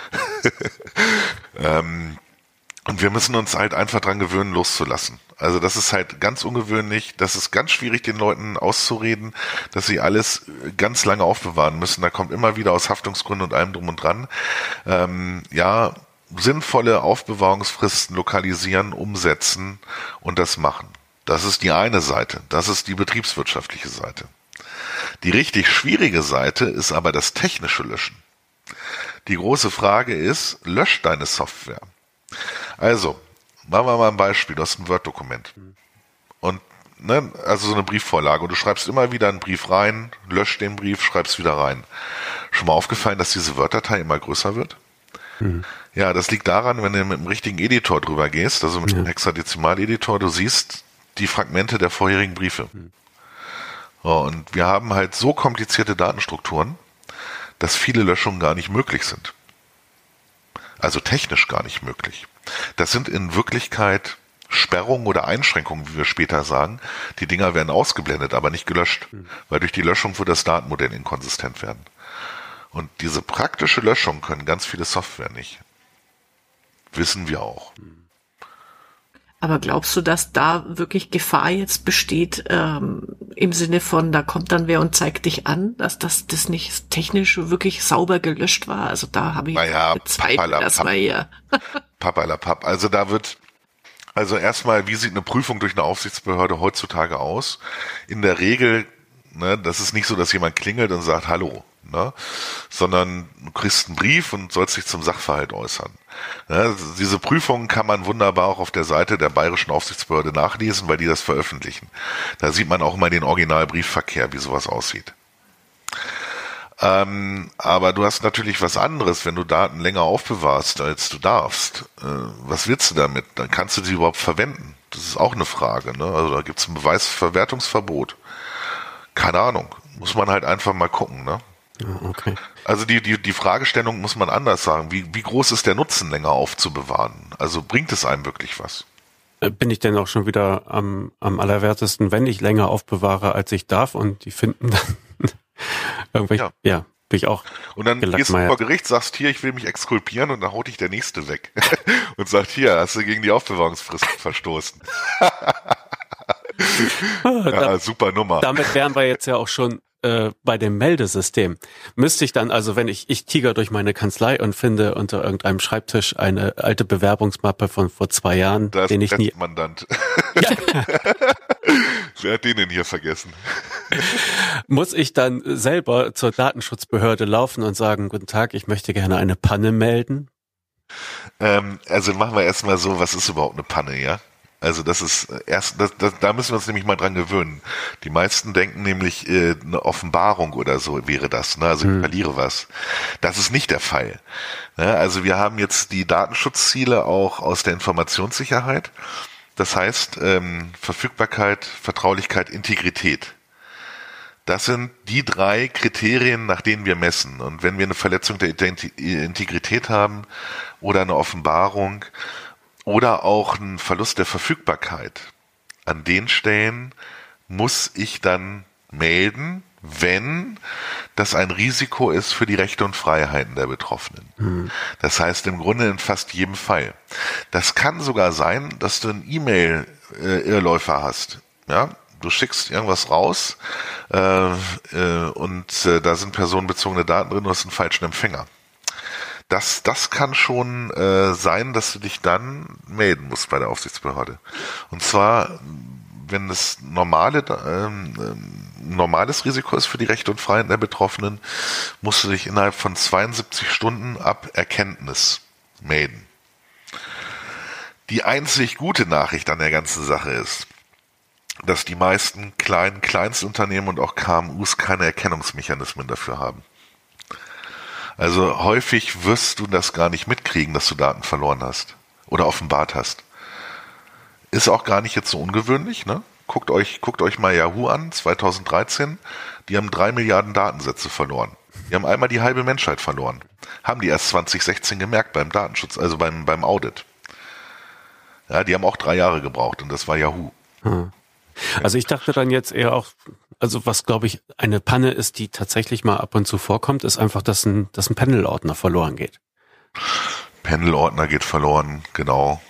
ähm, und wir müssen uns halt einfach dran gewöhnen, loszulassen. Also das ist halt ganz ungewöhnlich, das ist ganz schwierig, den Leuten auszureden, dass sie alles ganz lange aufbewahren müssen. Da kommt immer wieder aus Haftungsgründen und allem drum und dran. Ähm, ja, sinnvolle Aufbewahrungsfristen lokalisieren, umsetzen und das machen. Das ist die eine Seite, das ist die betriebswirtschaftliche Seite. Die richtig schwierige Seite ist aber das technische Löschen. Die große Frage ist, löscht deine Software? Also, machen wir mal ein Beispiel, du hast ein Word-Dokument und ne, also so eine Briefvorlage, und du schreibst immer wieder einen Brief rein, löscht den Brief, schreibst wieder rein. Schon mal aufgefallen, dass diese Word-Datei immer größer wird? Mhm. Ja, das liegt daran, wenn du mit dem richtigen Editor drüber gehst, also mit ja. dem Hexadezimal-Editor, du siehst die Fragmente der vorherigen Briefe. So, und wir haben halt so komplizierte Datenstrukturen, dass viele Löschungen gar nicht möglich sind. Also technisch gar nicht möglich. Das sind in Wirklichkeit Sperrungen oder Einschränkungen, wie wir später sagen. Die Dinger werden ausgeblendet, aber nicht gelöscht, weil durch die Löschung wird das Datenmodell inkonsistent werden. Und diese praktische Löschung können ganz viele Software nicht. Wissen wir auch. Aber glaubst du, dass da wirklich Gefahr jetzt besteht, ähm, im Sinne von, da kommt dann wer und zeigt dich an, dass das, das nicht technisch wirklich sauber gelöscht war? Also da habe ich naja, bezweifelt, dass wir hier... Papalapap. Also da wird, also erstmal, wie sieht eine Prüfung durch eine Aufsichtsbehörde heutzutage aus? In der Regel, ne, das ist nicht so, dass jemand klingelt und sagt, hallo, ne, sondern du kriegst einen Brief und sollst dich zum Sachverhalt äußern. Ja, diese Prüfungen kann man wunderbar auch auf der Seite der Bayerischen Aufsichtsbehörde nachlesen, weil die das veröffentlichen. Da sieht man auch mal den Originalbriefverkehr, wie sowas aussieht. Ähm, aber du hast natürlich was anderes, wenn du Daten länger aufbewahrst, als du darfst. Äh, was willst du damit? Dann kannst du sie überhaupt verwenden. Das ist auch eine Frage. Ne? Also da gibt es ein Beweisverwertungsverbot. Keine Ahnung. Muss man halt einfach mal gucken. Ne? Okay. Also die, die, die Fragestellung muss man anders sagen. Wie, wie groß ist der Nutzen, länger aufzubewahren? Also bringt es einem wirklich was? Bin ich denn auch schon wieder am, am allerwertesten, wenn ich länger aufbewahre, als ich darf, und die finden dann irgendwelche, ja. ja, bin ich auch. Und dann gehst du vor Gericht, sagst, hier, ich will mich exkulpieren, und dann haut dich der Nächste weg und sagt, hier, hast du gegen die Aufbewahrungsfrist verstoßen. Ja, da, super Nummer. Damit wären wir jetzt ja auch schon äh, bei dem Meldesystem müsste ich dann, also wenn ich, ich tiger durch meine Kanzlei und finde unter irgendeinem Schreibtisch eine alte Bewerbungsmappe von vor zwei Jahren, da ist den ich nie... Mandant. Wer hat den denn hier vergessen? Muss ich dann selber zur Datenschutzbehörde laufen und sagen, guten Tag, ich möchte gerne eine Panne melden? Ähm, also machen wir erstmal so, was ist überhaupt eine Panne, ja? Also das ist erst, das, das, da müssen wir uns nämlich mal dran gewöhnen. Die meisten denken nämlich, äh, eine Offenbarung oder so wäre das, ne? Also ich hm. verliere was. Das ist nicht der Fall. Ne? Also wir haben jetzt die Datenschutzziele auch aus der Informationssicherheit. Das heißt, ähm, Verfügbarkeit, Vertraulichkeit, Integrität. Das sind die drei Kriterien, nach denen wir messen. Und wenn wir eine Verletzung der Integrität haben oder eine Offenbarung oder auch einen Verlust der Verfügbarkeit, an den Stellen muss ich dann melden, wenn das ein Risiko ist für die Rechte und Freiheiten der Betroffenen. Mhm. Das heißt im Grunde in fast jedem Fall. Das kann sogar sein, dass du einen E-Mail-Irrläufer hast. Ja, du schickst irgendwas raus äh, äh, und äh, da sind personenbezogene Daten drin, du hast einen falschen Empfänger. Das, das kann schon äh, sein, dass du dich dann melden musst bei der Aufsichtsbehörde. Und zwar, wenn es normale, ähm, normales Risiko ist für die Rechte und Freiheiten der Betroffenen, musst du dich innerhalb von zweiundsiebzig Stunden ab Erkenntnis melden. Die einzig gute Nachricht an der ganzen Sache ist, dass die meisten kleinen Kleinstunternehmen und auch K M Us keine Erkennungsmechanismen dafür haben. Also häufig wirst du das gar nicht mitkriegen, dass du Daten verloren hast oder offenbart hast. Ist auch gar nicht jetzt so ungewöhnlich, ne? Guckt euch, guckt euch mal Yahoo an, zweitausenddreizehn. Die haben drei Milliarden Datensätze verloren. Die haben einmal die halbe Menschheit verloren. Haben die erst zwanzig sechzehn gemerkt beim Datenschutz, also beim, beim Audit. Ja, die haben auch drei Jahre gebraucht und das war Yahoo. Hm. Also ich dachte dann jetzt eher auch, also was glaube ich eine Panne ist, die tatsächlich mal ab und zu vorkommt, ist einfach, dass ein, dass ein Panel-Ordner verloren geht. Panel-Ordner geht verloren, genau.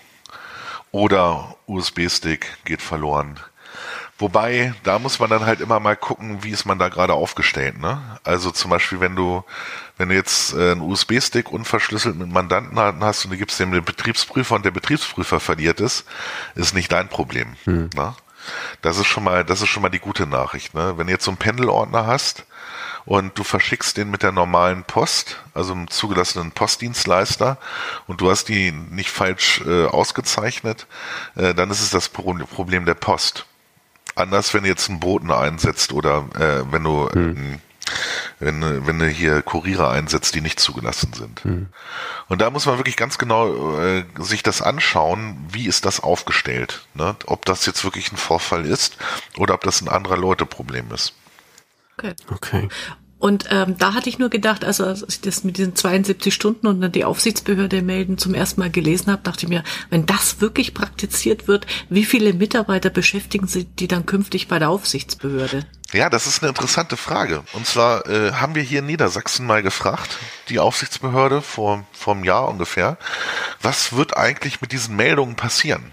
Oder U S B-Stick geht verloren. Wobei, da muss man dann halt immer mal gucken, wie ist man da gerade aufgestellt, ne? Also zum Beispiel, wenn du, wenn du jetzt äh, einen U S B-Stick unverschlüsselt mit Mandanten hast und du gibst dem den Betriebsprüfer und der Betriebsprüfer verliert ist, ist nicht dein Problem, hm. ne? Das ist schon mal, das ist schon mal die gute Nachricht, ne? Wenn du jetzt so einen Pendelordner hast und du verschickst den mit der normalen Post, also einem zugelassenen Postdienstleister, und du hast die nicht falsch äh, ausgezeichnet, äh, dann ist es das Problem der Post. Anders, wenn du jetzt einen Boten einsetzt oder äh, wenn du hm. äh, wenn, wenn du hier Kuriere einsetzt, die nicht zugelassen sind. Hm. Und da muss man wirklich ganz genau äh, sich das anschauen, wie ist das aufgestellt, ne? Ob das jetzt wirklich ein Vorfall ist oder ob das ein anderer Leute-Problem ist. Okay. Okay. Und ähm, da hatte ich nur gedacht, also als ich das mit diesen zweiundsiebzig Stunden und dann die Aufsichtsbehörde melden zum ersten Mal gelesen habe, dachte ich mir, wenn das wirklich praktiziert wird, wie viele Mitarbeiter beschäftigen Sie die dann künftig bei der Aufsichtsbehörde? Ja, das ist eine interessante Frage. Und zwar äh, haben wir hier in Niedersachsen mal gefragt, die Aufsichtsbehörde vor vor einem Jahr ungefähr, was wird eigentlich mit diesen Meldungen passieren?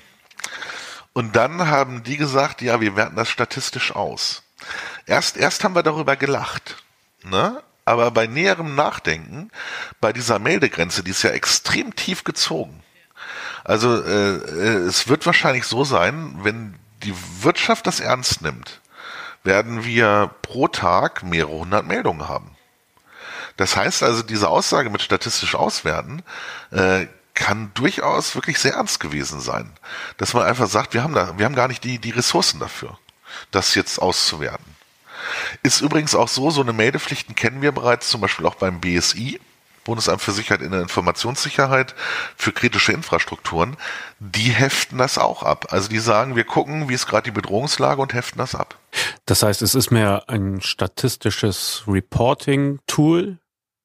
Und dann haben die gesagt, ja, wir werten das statistisch aus. Erst erst haben wir darüber gelacht. Ne? Aber bei näherem Nachdenken, bei dieser Meldegrenze, die ist ja extrem tief gezogen. Also äh, es wird wahrscheinlich so sein, wenn die Wirtschaft das ernst nimmt, werden wir pro Tag mehrere hundert Meldungen haben. Das heißt also, diese Aussage mit statistisch auswerten äh, kann durchaus wirklich sehr ernst gewesen sein. Dass man einfach sagt, wir haben da, wir haben gar nicht die, die Ressourcen dafür, das jetzt auszuwerten. Ist übrigens auch so, so eine Meldepflichten kennen wir bereits, zum Beispiel auch beim B S I, Bundesamt für Sicherheit in der Informationssicherheit, für kritische Infrastrukturen. Die heften das auch ab. Also die sagen, wir gucken, wie ist gerade die Bedrohungslage und heften das ab. Das heißt, es ist mehr ein statistisches Reporting-Tool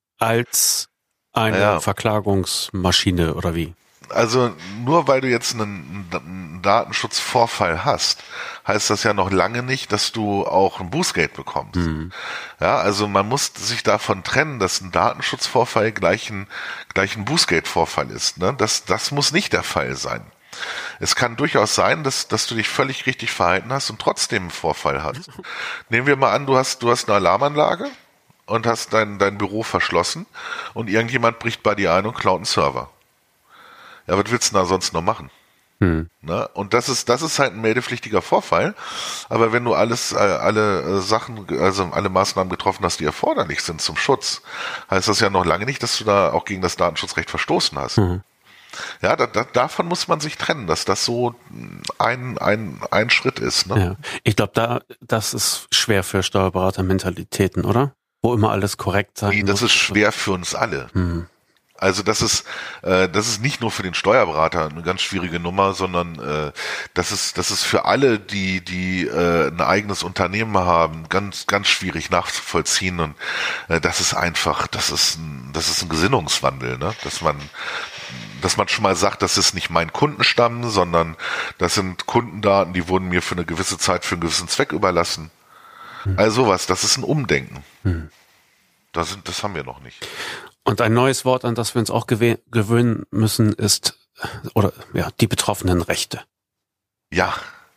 als eine ja. Verklagungsmaschine oder wie? Also nur weil du jetzt einen, einen Datenschutzvorfall hast, heißt das ja noch lange nicht, dass du auch ein Bußgeld bekommst. Mhm. Ja, also man muss sich davon trennen, dass ein Datenschutzvorfall gleich ein, gleich ein Bußgeldvorfall ist. Ne? Das, das muss nicht der Fall sein. Es kann durchaus sein, dass, dass du dich völlig richtig verhalten hast und trotzdem einen Vorfall hast. Nehmen wir mal an, du hast, du hast eine Alarmanlage und hast dein, dein Büro verschlossen und irgendjemand bricht bei dir ein und klaut einen Server. Ja, was willst du da sonst noch machen? Hm. Na, und das ist, das ist halt ein meldepflichtiger Vorfall. Aber wenn du alles, äh, alle äh, Sachen, also alle Maßnahmen getroffen hast, die erforderlich sind zum Schutz, heißt das ja noch lange nicht, dass du da auch gegen das Datenschutzrecht verstoßen hast. Hm. Ja, da, da, davon muss man sich trennen, dass das so ein, ein, ein Schritt ist. Ne? Ja. Ich glaube, da, das ist schwer für Steuerberater-Mentalitäten, oder? Wo immer alles korrekt sein nee, das muss. ist schwer für uns alle. Hm. Also das ist äh, das ist nicht nur für den Steuerberater eine ganz schwierige Nummer, sondern äh, das ist das ist für alle, die die äh, ein eigenes Unternehmen haben, ganz ganz schwierig nachzuvollziehen und äh, das ist einfach, das ist ein, das ist ein Gesinnungswandel, ne? Dass man dass man schon mal sagt, das ist nicht mein Kundenstamm, sondern das sind Kundendaten, die wurden mir für eine gewisse Zeit für einen gewissen Zweck überlassen. Hm. Also sowas, das ist ein Umdenken. Hm. Das sind, das haben wir noch nicht. Und ein neues Wort, an das wir uns auch gewö- gewöhnen müssen, ist, oder ja, die betroffenen Rechte. Ja,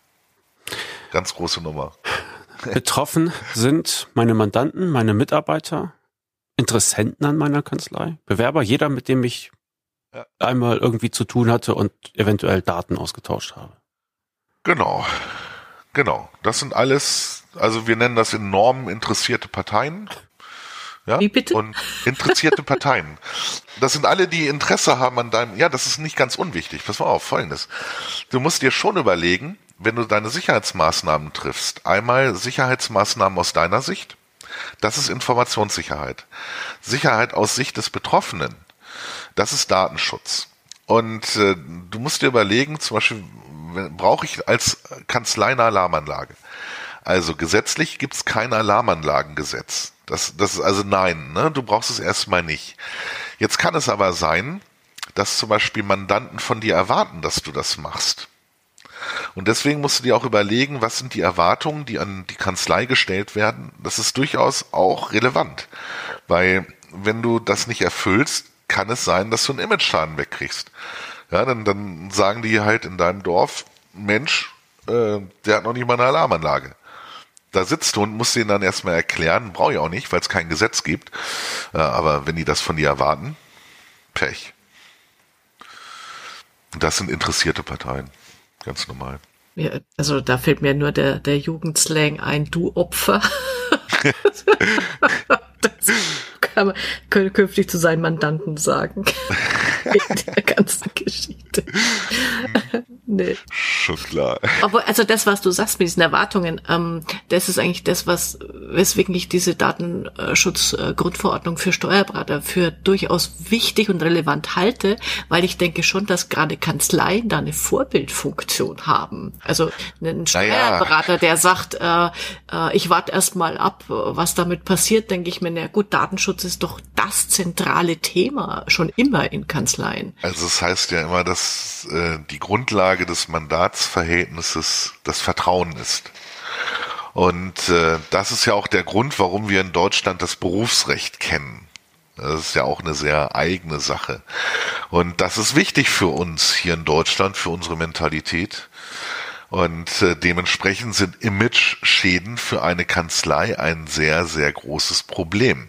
ganz große Nummer. Betroffen sind meine Mandanten, meine Mitarbeiter, Interessenten an meiner Kanzlei, Bewerber, jeder, mit dem ich ja. einmal irgendwie zu tun hatte und eventuell Daten ausgetauscht habe. Genau, genau. Das sind alles, also wir nennen das in Normen interessierte Parteien. Ja? Wie bitte? Und interessierte Parteien. Das sind alle, die Interesse haben an deinem, ja, das ist nicht ganz unwichtig. Pass mal auf, Folgendes. Du musst dir schon überlegen, wenn du deine Sicherheitsmaßnahmen triffst, einmal Sicherheitsmaßnahmen aus deiner Sicht, das ist Informationssicherheit. Sicherheit aus Sicht des Betroffenen, das ist Datenschutz. Und äh, du musst dir überlegen, zum Beispiel, brauche ich als Kanzlei eine Alarmanlage? Also gesetzlich gibt es kein Alarmanlagengesetz. Das, das ist also nein, ne? Du brauchst es erstmal nicht. Jetzt kann es aber sein, dass zum Beispiel Mandanten von dir erwarten, dass du das machst. Und deswegen musst du dir auch überlegen, was sind die Erwartungen, die an die Kanzlei gestellt werden. Das ist durchaus auch relevant, weil wenn du das nicht erfüllst, kann es sein, dass du einen Image-Schaden wegkriegst. Ja, dann, dann sagen die halt in deinem Dorf, Mensch, äh, der hat noch nicht mal eine Alarmanlage. Da sitzt du und musst denen dann erstmal erklären, brauche ich auch nicht, weil es kein Gesetz gibt. Äh, aber wenn die das von dir erwarten, Pech. Das sind interessierte Parteien. Ganz normal. Ja, also da fällt mir nur der, der Jugendslang ein, du Opfer. Das kann man künftig zu seinen Mandanten sagen. In der ganzen Geschichte. Nee. Schon klar. Aber also das, was du sagst mit diesen Erwartungen, ähm, das ist eigentlich das, was weswegen ich diese Datenschutzgrundverordnung für Steuerberater für durchaus wichtig und relevant halte, weil ich denke schon, dass gerade Kanzleien da eine Vorbildfunktion haben. Also ein Steuerberater, naja. der sagt, äh, äh, ich warte erst mal ab, was damit passiert, denke ich mir, na gut, Datenschutz ist doch das zentrale Thema schon immer in Kanzleien. Also es heißt ja immer, dass äh, die Grundlage des Mandatsverhältnisses das Vertrauen ist. Und äh, das ist ja auch der Grund, warum wir in Deutschland das Berufsrecht kennen. Das ist ja auch eine sehr eigene Sache. Und das ist wichtig für uns hier in Deutschland, für unsere Mentalität. Und äh, dementsprechend sind Image-Schäden für eine Kanzlei ein sehr, sehr großes Problem.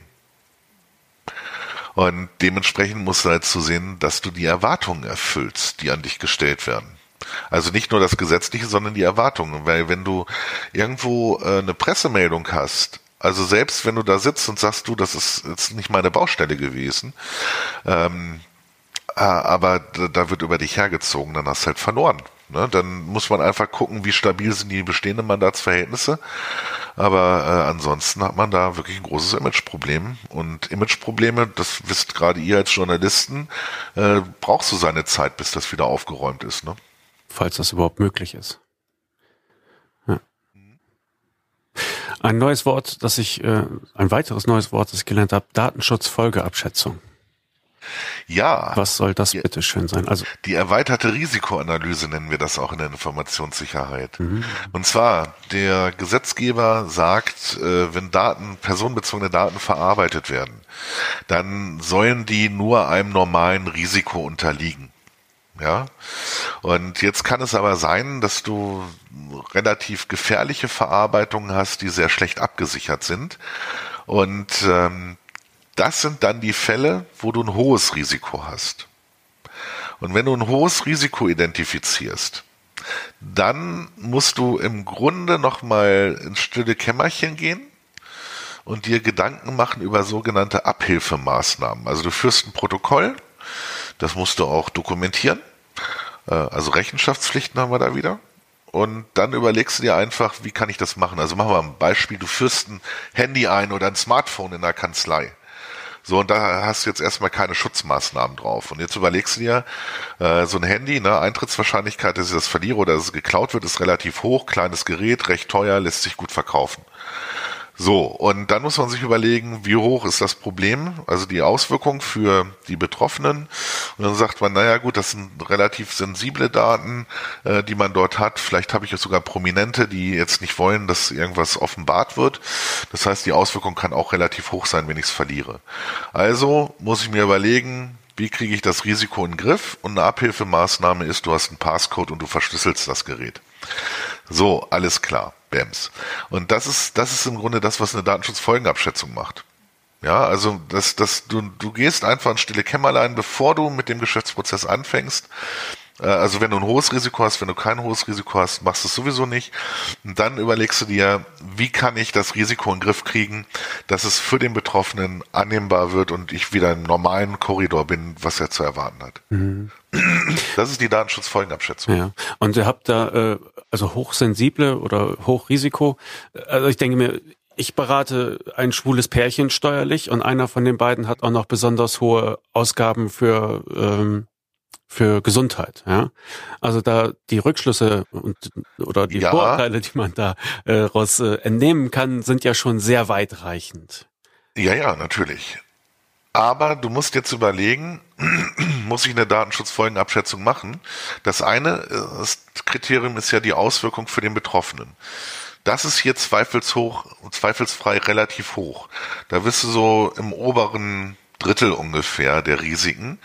Und dementsprechend musst du halt zu sehen, dass du die Erwartungen erfüllst, die an dich gestellt werden. Also nicht nur das Gesetzliche, sondern die Erwartungen. Weil wenn du irgendwo äh, eine Pressemeldung hast, also selbst wenn du da sitzt und sagst, du, das ist jetzt nicht meine Baustelle gewesen, ähm, aber da wird über dich hergezogen, dann hast du halt verloren. Ne? Dann muss man einfach gucken, wie stabil sind die bestehenden Mandatsverhältnisse. Aber äh, ansonsten hat man da wirklich ein großes Imageproblem. Und Imageprobleme, das wisst gerade ihr als Journalisten, äh, brauchst du seine Zeit, bis das wieder aufgeräumt ist. Ne? Falls das überhaupt möglich ist. Ja. Ein neues Wort, das ich, äh, ein weiteres neues Wort, das ich gelernt habe, Datenschutzfolgeabschätzung. Ja. Was soll das bitte schön sein? Also die erweiterte Risikoanalyse nennen wir das auch in der Informationssicherheit. Mhm. Und zwar, der Gesetzgeber sagt, äh, wenn Daten, personenbezogene Daten verarbeitet werden, dann sollen die nur einem normalen Risiko unterliegen. Ja, und jetzt kann es aber sein, dass du relativ gefährliche Verarbeitungen hast, die sehr schlecht abgesichert sind. Und ähm, das sind dann die Fälle, wo du ein hohes Risiko hast. Und wenn du ein hohes Risiko identifizierst, dann musst du im Grunde nochmal ins stille Kämmerchen gehen und dir Gedanken machen über sogenannte Abhilfemaßnahmen. Also du führst ein Protokoll, das musst du auch dokumentieren, also Rechenschaftspflichten haben wir da wieder. Und dann überlegst du dir einfach, wie kann ich das machen? Also machen wir ein Beispiel, du führst ein Handy ein oder ein Smartphone in der Kanzlei. So, und da hast du jetzt erstmal keine Schutzmaßnahmen drauf. Und jetzt überlegst du dir, äh, so ein Handy, ne, Eintrittswahrscheinlichkeit, dass ich das verliere oder dass es geklaut wird, ist relativ hoch, kleines Gerät, recht teuer, lässt sich gut verkaufen. So, und dann muss man sich überlegen, wie hoch ist das Problem, also die Auswirkung für die Betroffenen. Und dann sagt man, naja gut, das sind relativ sensible Daten, äh, die man dort hat. Vielleicht habe ich jetzt sogar Prominente, die jetzt nicht wollen, dass irgendwas offenbart wird. Das heißt, die Auswirkung kann auch relativ hoch sein, wenn ich es verliere. Also muss ich mir überlegen, wie kriege ich das Risiko in den Griff? Und eine Abhilfemaßnahme ist, du hast einen Passcode und du verschlüsselst das Gerät. So, alles klar. Bams. Und das ist, das ist im Grunde das, was eine Datenschutzfolgenabschätzung macht. Ja, also das, das, du, du gehst einfach in stille Kämmerlein, bevor du mit dem Geschäftsprozess anfängst. Also wenn du ein hohes Risiko hast, wenn du kein hohes Risiko hast, machst du es sowieso nicht. Und dann überlegst du dir, wie kann ich das Risiko in den Griff kriegen, dass es für den Betroffenen annehmbar wird und ich wieder im normalen Korridor bin, was er zu erwarten hat. Mhm. Das ist die Datenschutzfolgenabschätzung. Ja. Und ihr habt da äh, also hochsensible oder Hochrisiko. Also ich denke mir, ich berate ein schwules Pärchen steuerlich und einer von den beiden hat auch noch besonders hohe Ausgaben für ähm, für Gesundheit, ja. Also da die Rückschlüsse und oder die ja. Vorurteile, die man da äh, raus äh, entnehmen kann, sind ja schon sehr weitreichend. Ja, ja, natürlich. Aber du musst jetzt überlegen, muss ich eine Datenschutzfolgenabschätzung machen? Das eine das Kriterium ist ja die Auswirkung für den Betroffenen. Das ist hier zweifelshoch, zweifelsfrei relativ hoch. Da bist du so im oberen Drittel ungefähr der Risiken.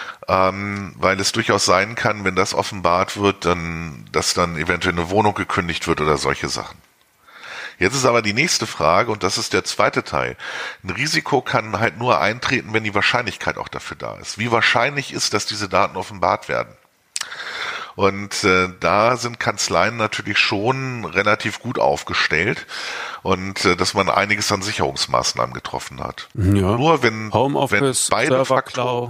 Ähm, weil es durchaus sein kann, wenn das offenbart wird, dann, dass dann eventuell eine Wohnung gekündigt wird oder solche Sachen. Jetzt ist aber die nächste Frage, und das ist der zweite Teil. Ein Risiko kann halt nur eintreten, wenn die Wahrscheinlichkeit auch dafür da ist. Wie wahrscheinlich ist, dass diese Daten offenbart werden? Und äh, da sind Kanzleien natürlich schon relativ gut aufgestellt und äh, dass man einiges an Sicherungsmaßnahmen getroffen hat. Ja. Nur wenn, Homeoffice, wenn beide Servercloud.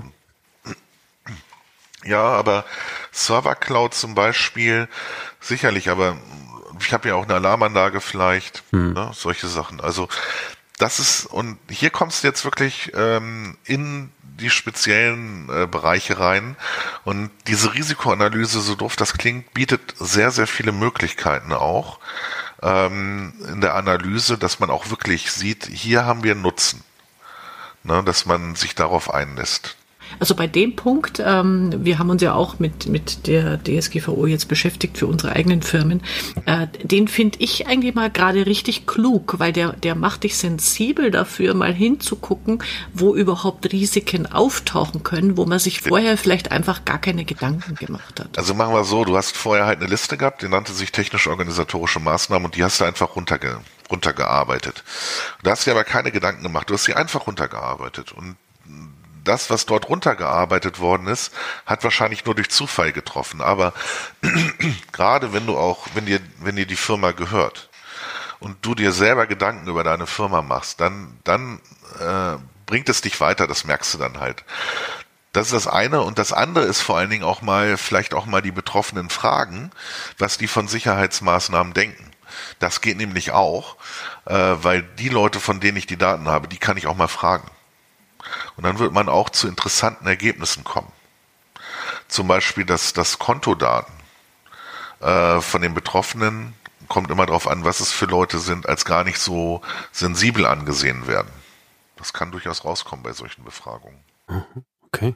Ja, aber Servercloud zum Beispiel, sicherlich, aber ich habe ja auch eine Alarmanlage vielleicht, hm. ne, solche Sachen. Also das ist, und hier kommst du jetzt wirklich ähm, in die speziellen äh, Bereiche rein und diese Risikoanalyse, so doof das klingt, bietet sehr, sehr viele Möglichkeiten auch ähm, in der Analyse, dass man auch wirklich sieht, hier haben wir Nutzen, ne, dass man sich darauf einlässt. Also bei dem Punkt, ähm, wir haben uns ja auch mit mit der D S G V O jetzt beschäftigt für unsere eigenen Firmen, äh, den finde ich eigentlich mal gerade richtig klug, weil der der macht dich sensibel dafür, mal hinzugucken, wo überhaupt Risiken auftauchen können, wo man sich vorher vielleicht einfach gar keine Gedanken gemacht hat. Also machen wir so, du hast vorher halt eine Liste gehabt, die nannte sich technisch-organisatorische Maßnahmen und die hast du einfach runterge runtergearbeitet. Da hast du dir aber keine Gedanken gemacht, du hast sie einfach runtergearbeitet und das, was dort runtergearbeitet worden ist, hat wahrscheinlich nur durch Zufall getroffen. Aber gerade wenn du auch, wenn dir, wenn dir die Firma gehört und du dir selber Gedanken über deine Firma machst, dann, dann äh, bringt es dich weiter. Das merkst du dann halt. Das ist das eine. Und das andere ist vor allen Dingen auch mal, vielleicht auch mal die Betroffenen fragen, was die von Sicherheitsmaßnahmen denken. Das geht nämlich auch, äh, weil die Leute, von denen ich die Daten habe, die kann ich auch mal fragen. Und dann wird man auch zu interessanten Ergebnissen kommen. Zum Beispiel, dass das Kontodaten äh, von den Betroffenen, kommt immer darauf an, was es für Leute sind, als gar nicht so sensibel angesehen werden. Das kann durchaus rauskommen bei solchen Befragungen. Okay.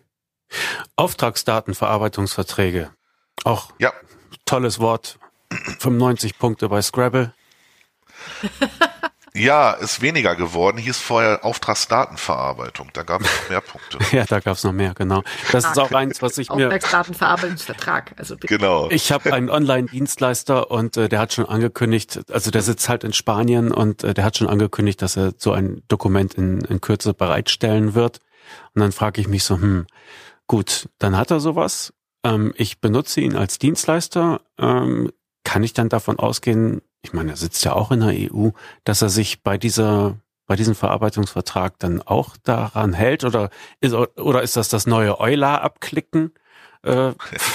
Auftragsdatenverarbeitungsverträge. Auch ja. Tolles Wort. fünfundneunzig Punkte bei Scrabble. Ja, ist weniger geworden, hieß vorher Auftragsdatenverarbeitung, da gab es noch mehr Punkte. Ja, da gab es noch mehr, genau. Das ist auch eins, was ich mir... Auftragsdatenverarbeitungsvertrag, also bitte. Genau. Ich habe einen Online-Dienstleister und äh, der hat schon angekündigt, also der sitzt halt in Spanien und äh, der hat schon angekündigt, dass er so ein Dokument in, in Kürze bereitstellen wird. Und dann frage ich mich so, hm, gut, dann hat er sowas. Ähm, ich benutze ihn als Dienstleister. Ähm, kann ich dann davon ausgehen, ich meine, er sitzt ja auch in der E U, dass er sich bei dieser, bei diesem Verarbeitungsvertrag dann auch daran hält? Oder ist, oder ist das das neue Euler abklicken? Äh,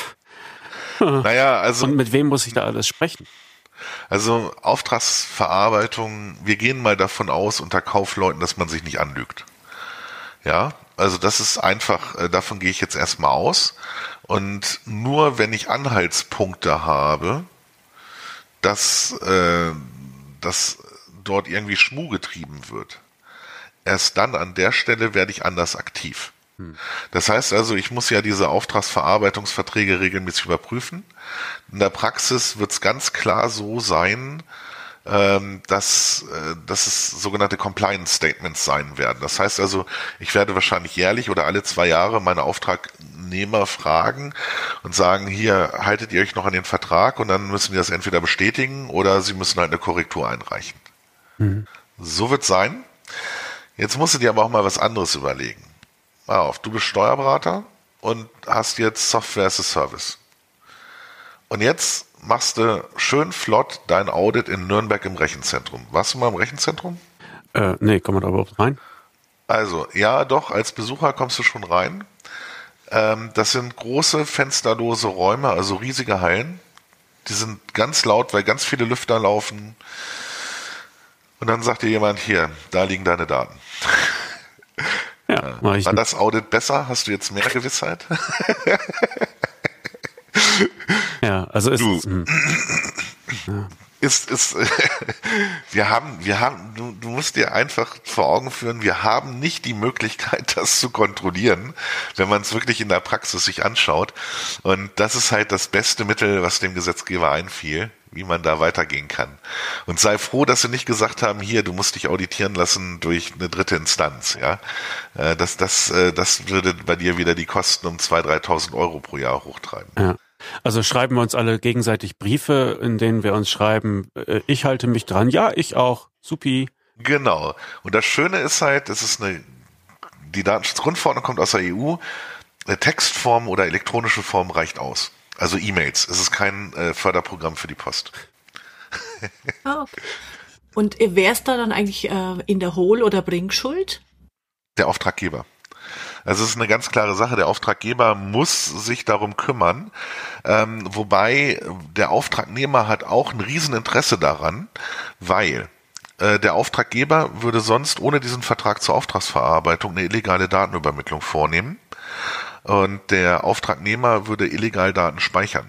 naja, also. Und mit wem muss ich da alles sprechen? Also, Auftragsverarbeitung, wir gehen mal davon aus, unter Kaufleuten, dass man sich nicht anlügt. Ja, also das ist einfach, äh, davon gehe ich jetzt erstmal aus. Und nur wenn ich Anhaltspunkte habe, dass, äh, dass dort irgendwie Schmuh getrieben wird, erst dann an der Stelle werde ich anders aktiv. Hm. Das heißt also, ich muss ja diese Auftragsverarbeitungsverträge regelmäßig überprüfen. In der Praxis wird es ganz klar so sein, ähm, dass, äh, dass es sogenannte Compliance Statements sein werden. Das heißt also, ich werde wahrscheinlich jährlich oder alle zwei Jahre meine Auftragnehmer fragen und sagen, hier, haltet ihr euch noch an den Vertrag? Und dann müssen die das entweder bestätigen oder sie müssen halt eine Korrektur einreichen. Mhm. So wird es sein. Jetzt musst du dir aber auch mal was anderes überlegen. Mal auf, du bist Steuerberater und hast jetzt Software as a Service. Und jetzt machst du schön flott dein Audit in Nürnberg im Rechenzentrum. Warst du mal im Rechenzentrum? Äh, nee, kommen wir da überhaupt rein? Also, ja doch, als Besucher kommst du schon rein. Ähm, das sind große, fensterlose Räume, also riesige Hallen. Die sind ganz laut, weil ganz viele Lüfter laufen. Und dann sagt dir jemand, hier, da liegen deine Daten. Ja, War das Audit besser? Hast du jetzt mehr Gewissheit? Ja, also ist du, es, hm. ja. ist, ist, wir haben, wir haben, du, du musst dir einfach vor Augen führen, wir haben nicht die Möglichkeit, das zu kontrollieren, wenn man es wirklich in der Praxis sich anschaut. Und das ist halt das beste Mittel, was dem Gesetzgeber einfiel, wie man da weitergehen kann. Und sei froh, dass sie nicht gesagt haben, hier, du musst dich auditieren lassen durch eine dritte Instanz, ja. Das, das, das würde bei dir wieder die Kosten um zweitausend, dreitausend Euro pro Jahr hochtreiben. Ja. Also schreiben wir uns alle gegenseitig Briefe, in denen wir uns schreiben, ich halte mich dran, ja, ich auch, supi. Genau. Und das Schöne ist halt, das ist eine, die Datenschutzgrundverordnung kommt aus der E U, eine Textform oder elektronische Form reicht aus. Also E-Mails. Es ist kein äh, Förderprogramm für die Post. Ah, okay. Und wer ist da dann eigentlich äh, in der Hohl- oder Bringschuld? Der Auftraggeber. Also es ist eine ganz klare Sache, der Auftraggeber muss sich darum kümmern, ähm, wobei der Auftragnehmer hat auch ein Rieseninteresse daran, weil äh, der Auftraggeber würde sonst ohne diesen Vertrag zur Auftragsverarbeitung eine illegale Datenübermittlung vornehmen und der Auftragnehmer würde illegal Daten speichern.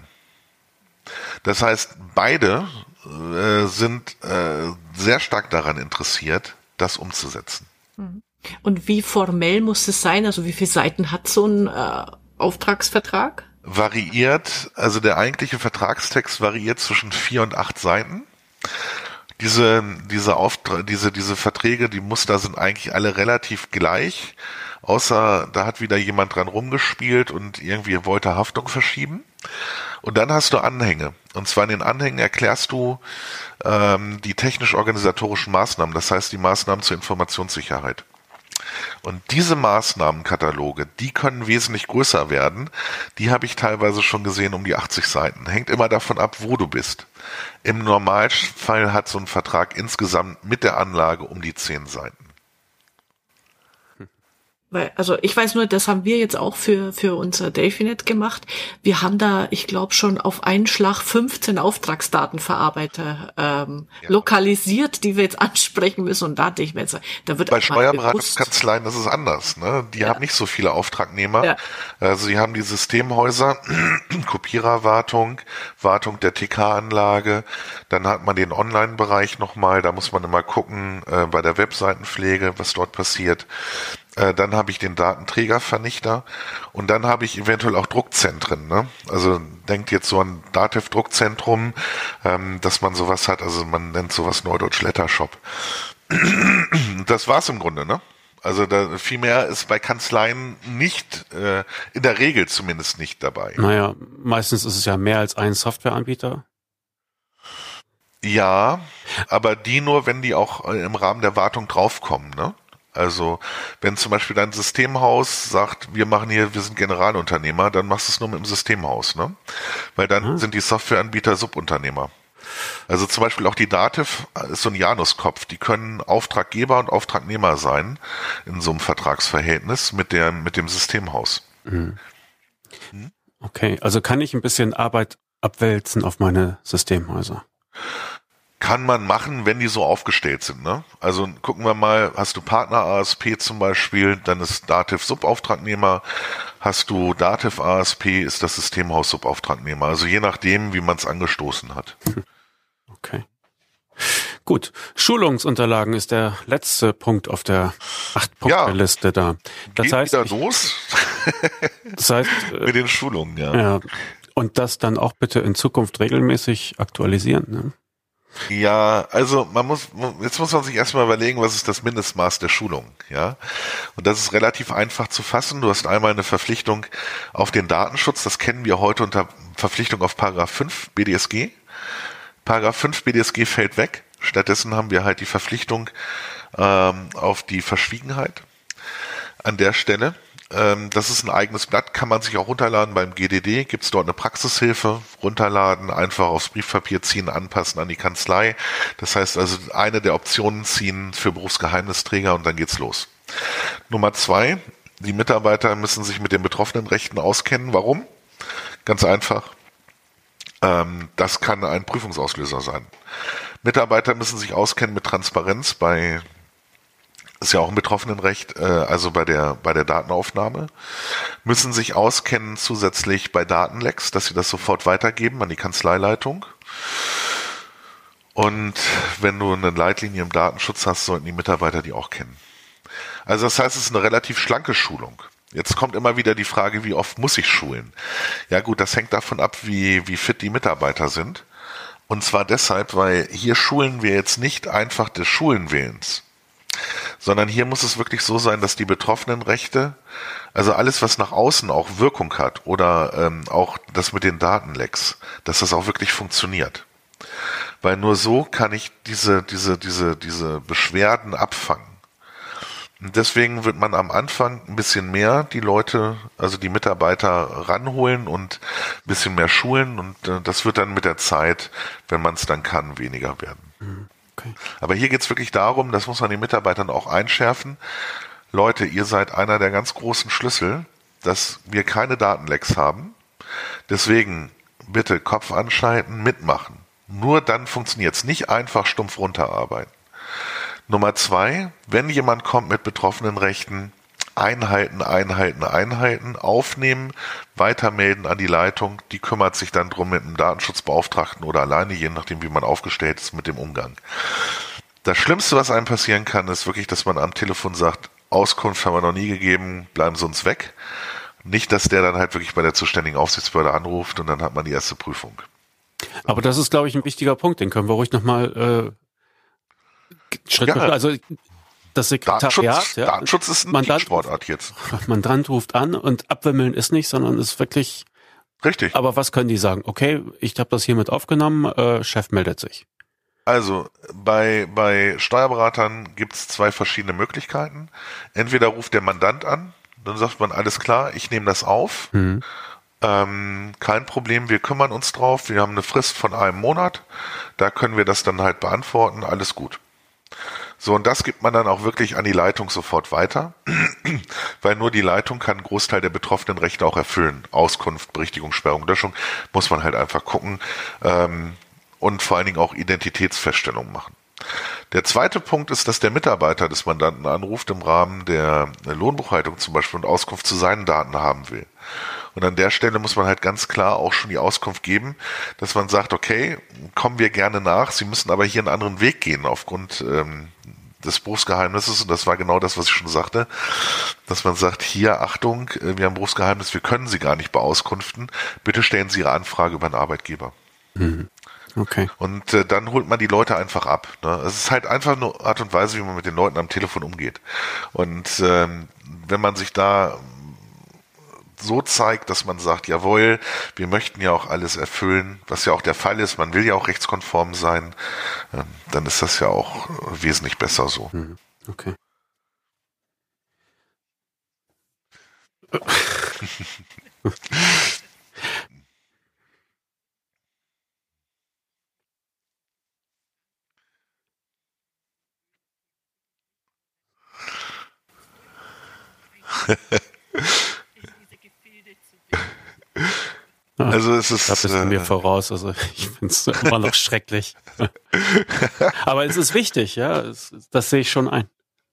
Das heißt, beide äh, sind äh, sehr stark daran interessiert, das umzusetzen. Mhm. Und wie formell muss es sein? Also wie viele Seiten hat so ein äh, Auftragsvertrag? Variiert, also der eigentliche Vertragstext variiert zwischen vier und acht Seiten. Diese, diese, Auftra- diese, diese Verträge, die Muster sind eigentlich alle relativ gleich, außer da hat wieder jemand dran rumgespielt und irgendwie wollte Haftung verschieben. Und dann hast du Anhänge. Und zwar in den Anhängen erklärst du ähm, die technisch-organisatorischen Maßnahmen, das heißt die Maßnahmen zur Informationssicherheit. Und diese Maßnahmenkataloge, die können wesentlich größer werden. Die habe ich teilweise schon gesehen um die achtzig Seiten. Hängt immer davon ab, wo du bist. Im Normalfall hat so ein Vertrag insgesamt mit der Anlage um die zehn Seiten. Weil, also ich weiß nur, das haben wir jetzt auch für für unser Delphinet gemacht. Wir haben da, ich glaube, schon auf einen Schlag fünfzehn Auftragsdatenverarbeiter ähm, ja. lokalisiert, die wir jetzt ansprechen müssen. Und da dachte ich mir jetzt, da wird bei Steuerberatungskanzleien ist es anders. Ne? Die ja. haben nicht so viele Auftragnehmer. Ja. Also sie haben die Systemhäuser, Kopiererwartung, Wartung der T K-Anlage. Dann hat man den Online-Bereich nochmal. Da muss man immer gucken äh, bei der Webseitenpflege, was dort passiert. Dann habe ich den Datenträgervernichter und dann habe ich eventuell auch Druckzentren. Ne? Also denkt jetzt so an Datev-Druckzentrum, ähm, dass man sowas hat, also man nennt sowas Neudeutsch Lettershop. Das war's im Grunde, ne? Also da, viel mehr ist bei Kanzleien nicht, äh, in der Regel zumindest nicht dabei. Naja, meistens ist es ja mehr als ein Softwareanbieter. Ja, aber die nur, wenn die auch im Rahmen der Wartung draufkommen, ne? Also wenn zum Beispiel dein Systemhaus sagt, wir machen hier, wir sind Generalunternehmer, dann machst du es nur mit dem Systemhaus, ne? Weil dann hm. sind die Softwareanbieter Subunternehmer. Also zum Beispiel auch die Dativ ist so ein Januskopf, die können Auftraggeber und Auftragnehmer sein in so einem Vertragsverhältnis mit der, mit dem Systemhaus. Hm. Okay, also kann ich ein bisschen Arbeit abwälzen auf meine Systemhäuser? Kann man machen, wenn die so aufgestellt sind, ne? Also gucken wir mal, hast du Partner A S P zum Beispiel, dann ist Dativ Subauftragnehmer, hast du Dativ A S P, ist das Systemhaus Subauftragnehmer, also je nachdem, wie man es angestoßen hat. Okay. Gut, Schulungsunterlagen ist der letzte Punkt auf der acht-Punkte-Liste da. Das Geht heißt, wieder ich, los? Das heißt, mit den Schulungen, ja. ja. Und das dann auch bitte in Zukunft regelmäßig aktualisieren, ne? Ja, also man muss, jetzt muss man sich erstmal überlegen, was ist das Mindestmaß der Schulung, ja? Und das ist relativ einfach zu fassen. Du hast einmal eine Verpflichtung auf den Datenschutz, das kennen wir heute unter Verpflichtung auf Paragraph fünf B D S G. Paragraph fünf B D S G fällt weg. Stattdessen haben wir halt die Verpflichtung ähm, auf die Verschwiegenheit an der Stelle. Ähm, das ist ein eigenes Blatt, kann man sich auch runterladen beim G D D, gibt's dort eine Praxishilfe, runterladen, einfach aufs Briefpapier ziehen, anpassen an die Kanzlei. Das heißt also eine der Optionen ziehen für Berufsgeheimnisträger und dann geht's los. Nummer zwei, die Mitarbeiter müssen sich mit den betroffenen Rechten auskennen. Warum? Ganz einfach. Ähm, das kann ein Prüfungsauslöser sein. Mitarbeiter müssen sich auskennen mit Transparenz bei ist ja auch ein Betroffenenrecht, äh, also bei der bei der Datenaufnahme, müssen sich auskennen zusätzlich bei Datenlecks, dass sie das sofort weitergeben an die Kanzleileitung. Und wenn du eine Leitlinie im Datenschutz hast, sollten die Mitarbeiter die auch kennen. Also das heißt, es ist eine relativ schlanke Schulung. Jetzt kommt immer wieder die Frage, wie oft muss ich schulen? Ja gut, das hängt davon ab, wie wie fit die Mitarbeiter sind. Und zwar deshalb, weil hier schulen wir jetzt nicht einfach des Schulenwillens, sondern hier muss es wirklich so sein, dass die betroffenen Rechte, also alles, was nach außen auch Wirkung hat oder ähm, auch das mit den Datenlecks, dass das auch wirklich funktioniert. Weil nur so kann ich diese, diese, diese, diese Beschwerden abfangen. Und deswegen wird man am Anfang ein bisschen mehr die Leute, also die Mitarbeiter ranholen und ein bisschen mehr schulen und äh, das wird dann mit der Zeit, wenn man es dann kann, weniger werden. Okay. Aber hier geht es wirklich darum, das muss man den Mitarbeitern auch einschärfen. Leute, ihr seid einer der ganz großen Schlüssel, dass wir keine Datenlecks haben. Deswegen bitte Kopf anschalten, mitmachen. Nur dann funktioniert es. Nicht einfach stumpf runterarbeiten. Nummer zwei, wenn jemand kommt mit betroffenen Rechten, einhalten, einhalten, einhalten, aufnehmen, weitermelden an die Leitung, die kümmert sich dann drum mit einem Datenschutzbeauftragten oder alleine, je nachdem wie man aufgestellt ist mit dem Umgang. Das Schlimmste, was einem passieren kann, ist wirklich, dass man am Telefon sagt, Auskunft haben wir noch nie gegeben, bleiben Sie uns weg. Nicht, dass der dann halt wirklich bei der zuständigen Aufsichtsbehörde anruft und dann hat man die erste Prüfung. Aber das ist, glaube ich, ein wichtiger Punkt, den können wir ruhig nochmal äh, Schritt ja. Für, also das Sekretariat, Datenschutz, ja, Datenschutz ist eine Teamsportart jetzt. Mandant ruft an und abwimmeln ist nicht, sondern ist wirklich richtig. Aber was können die sagen? Okay, ich habe das hiermit aufgenommen, äh, Chef meldet sich. Also bei bei Steuerberatern gibt es zwei verschiedene Möglichkeiten. Entweder ruft der Mandant an, dann sagt man, alles klar, ich nehme das auf. Mhm. Ähm, kein Problem, wir kümmern uns drauf. Wir haben eine Frist von einem Monat. Da können wir das dann halt beantworten. Alles gut. So, und das gibt man dann auch wirklich an die Leitung sofort weiter, weil nur die Leitung kann einen Großteil der betroffenen Rechte auch erfüllen. Auskunft, Berichtigung, Sperrung, Löschung, muss man halt einfach gucken ähm, und vor allen Dingen auch Identitätsfeststellung machen. Der zweite Punkt ist, dass der Mitarbeiter des Mandanten anruft im Rahmen der Lohnbuchhaltung zum Beispiel und Auskunft zu seinen Daten haben will. Und an der Stelle muss man halt ganz klar auch schon die Auskunft geben, dass man sagt, okay, kommen wir gerne nach, Sie müssen aber hier einen anderen Weg gehen aufgrund ähm, des Berufsgeheimnisses. Und das war genau das, was ich schon sagte, dass man sagt, hier, Achtung, wir haben Berufsgeheimnis, wir können Sie gar nicht beauskunften. Bitte stellen Sie Ihre Anfrage über einen Arbeitgeber. Mhm. Okay. Und äh, dann holt man die Leute einfach ab. Ne? Es ist halt einfach eine Art und Weise, wie man mit den Leuten am Telefon umgeht. Und ähm, wenn man sich da so zeigt, dass man sagt, jawohl, wir möchten ja auch alles erfüllen, was ja auch der Fall ist, man will ja auch rechtskonform sein, äh, dann ist das ja auch wesentlich besser so. Mhm. Okay. Also es ist, da bist du mir äh, voraus, also ich finde es immer noch schrecklich. Aber es ist wichtig, ja, es, das sehe ich schon ein.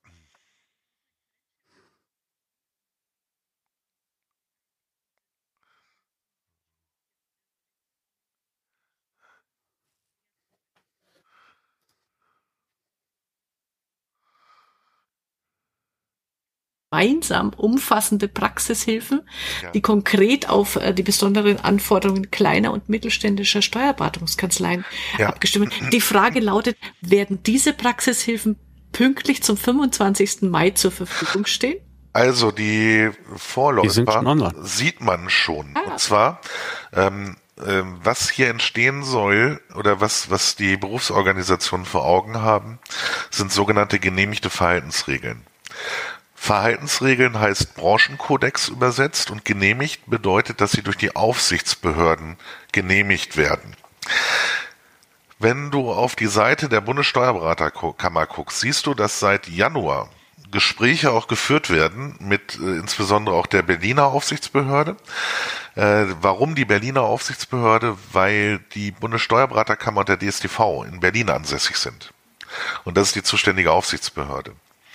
Gemeinsam umfassende Praxishilfen, Ja. die konkret auf äh, die besonderen Anforderungen kleiner und mittelständischer Steuerberatungskanzleien Ja. abgestimmt werden. Die Frage lautet, werden diese Praxishilfen pünktlich zum fünfundzwanzigsten Mai zur Verfügung stehen? Also die Die sind schon Vorläufer online. sieht man schon. Ah. Und zwar, ähm, ähm, was hier entstehen soll oder was, was die Berufsorganisationen vor Augen haben, sind sogenannte genehmigte Verhaltensregeln. Verhaltensregeln heißt Branchenkodex übersetzt und genehmigt bedeutet, dass sie durch die Aufsichtsbehörden genehmigt werden. Wenn du auf die Seite der Bundessteuerberaterkammer guckst, siehst du, dass seit Januar Gespräche auch geführt werden mit äh, insbesondere auch der Berliner Aufsichtsbehörde. Äh, warum die Berliner Aufsichtsbehörde? Weil die Bundessteuerberaterkammer und der D S T V in Berlin ansässig sind. Und das ist die zuständige Aufsichtsbehörde.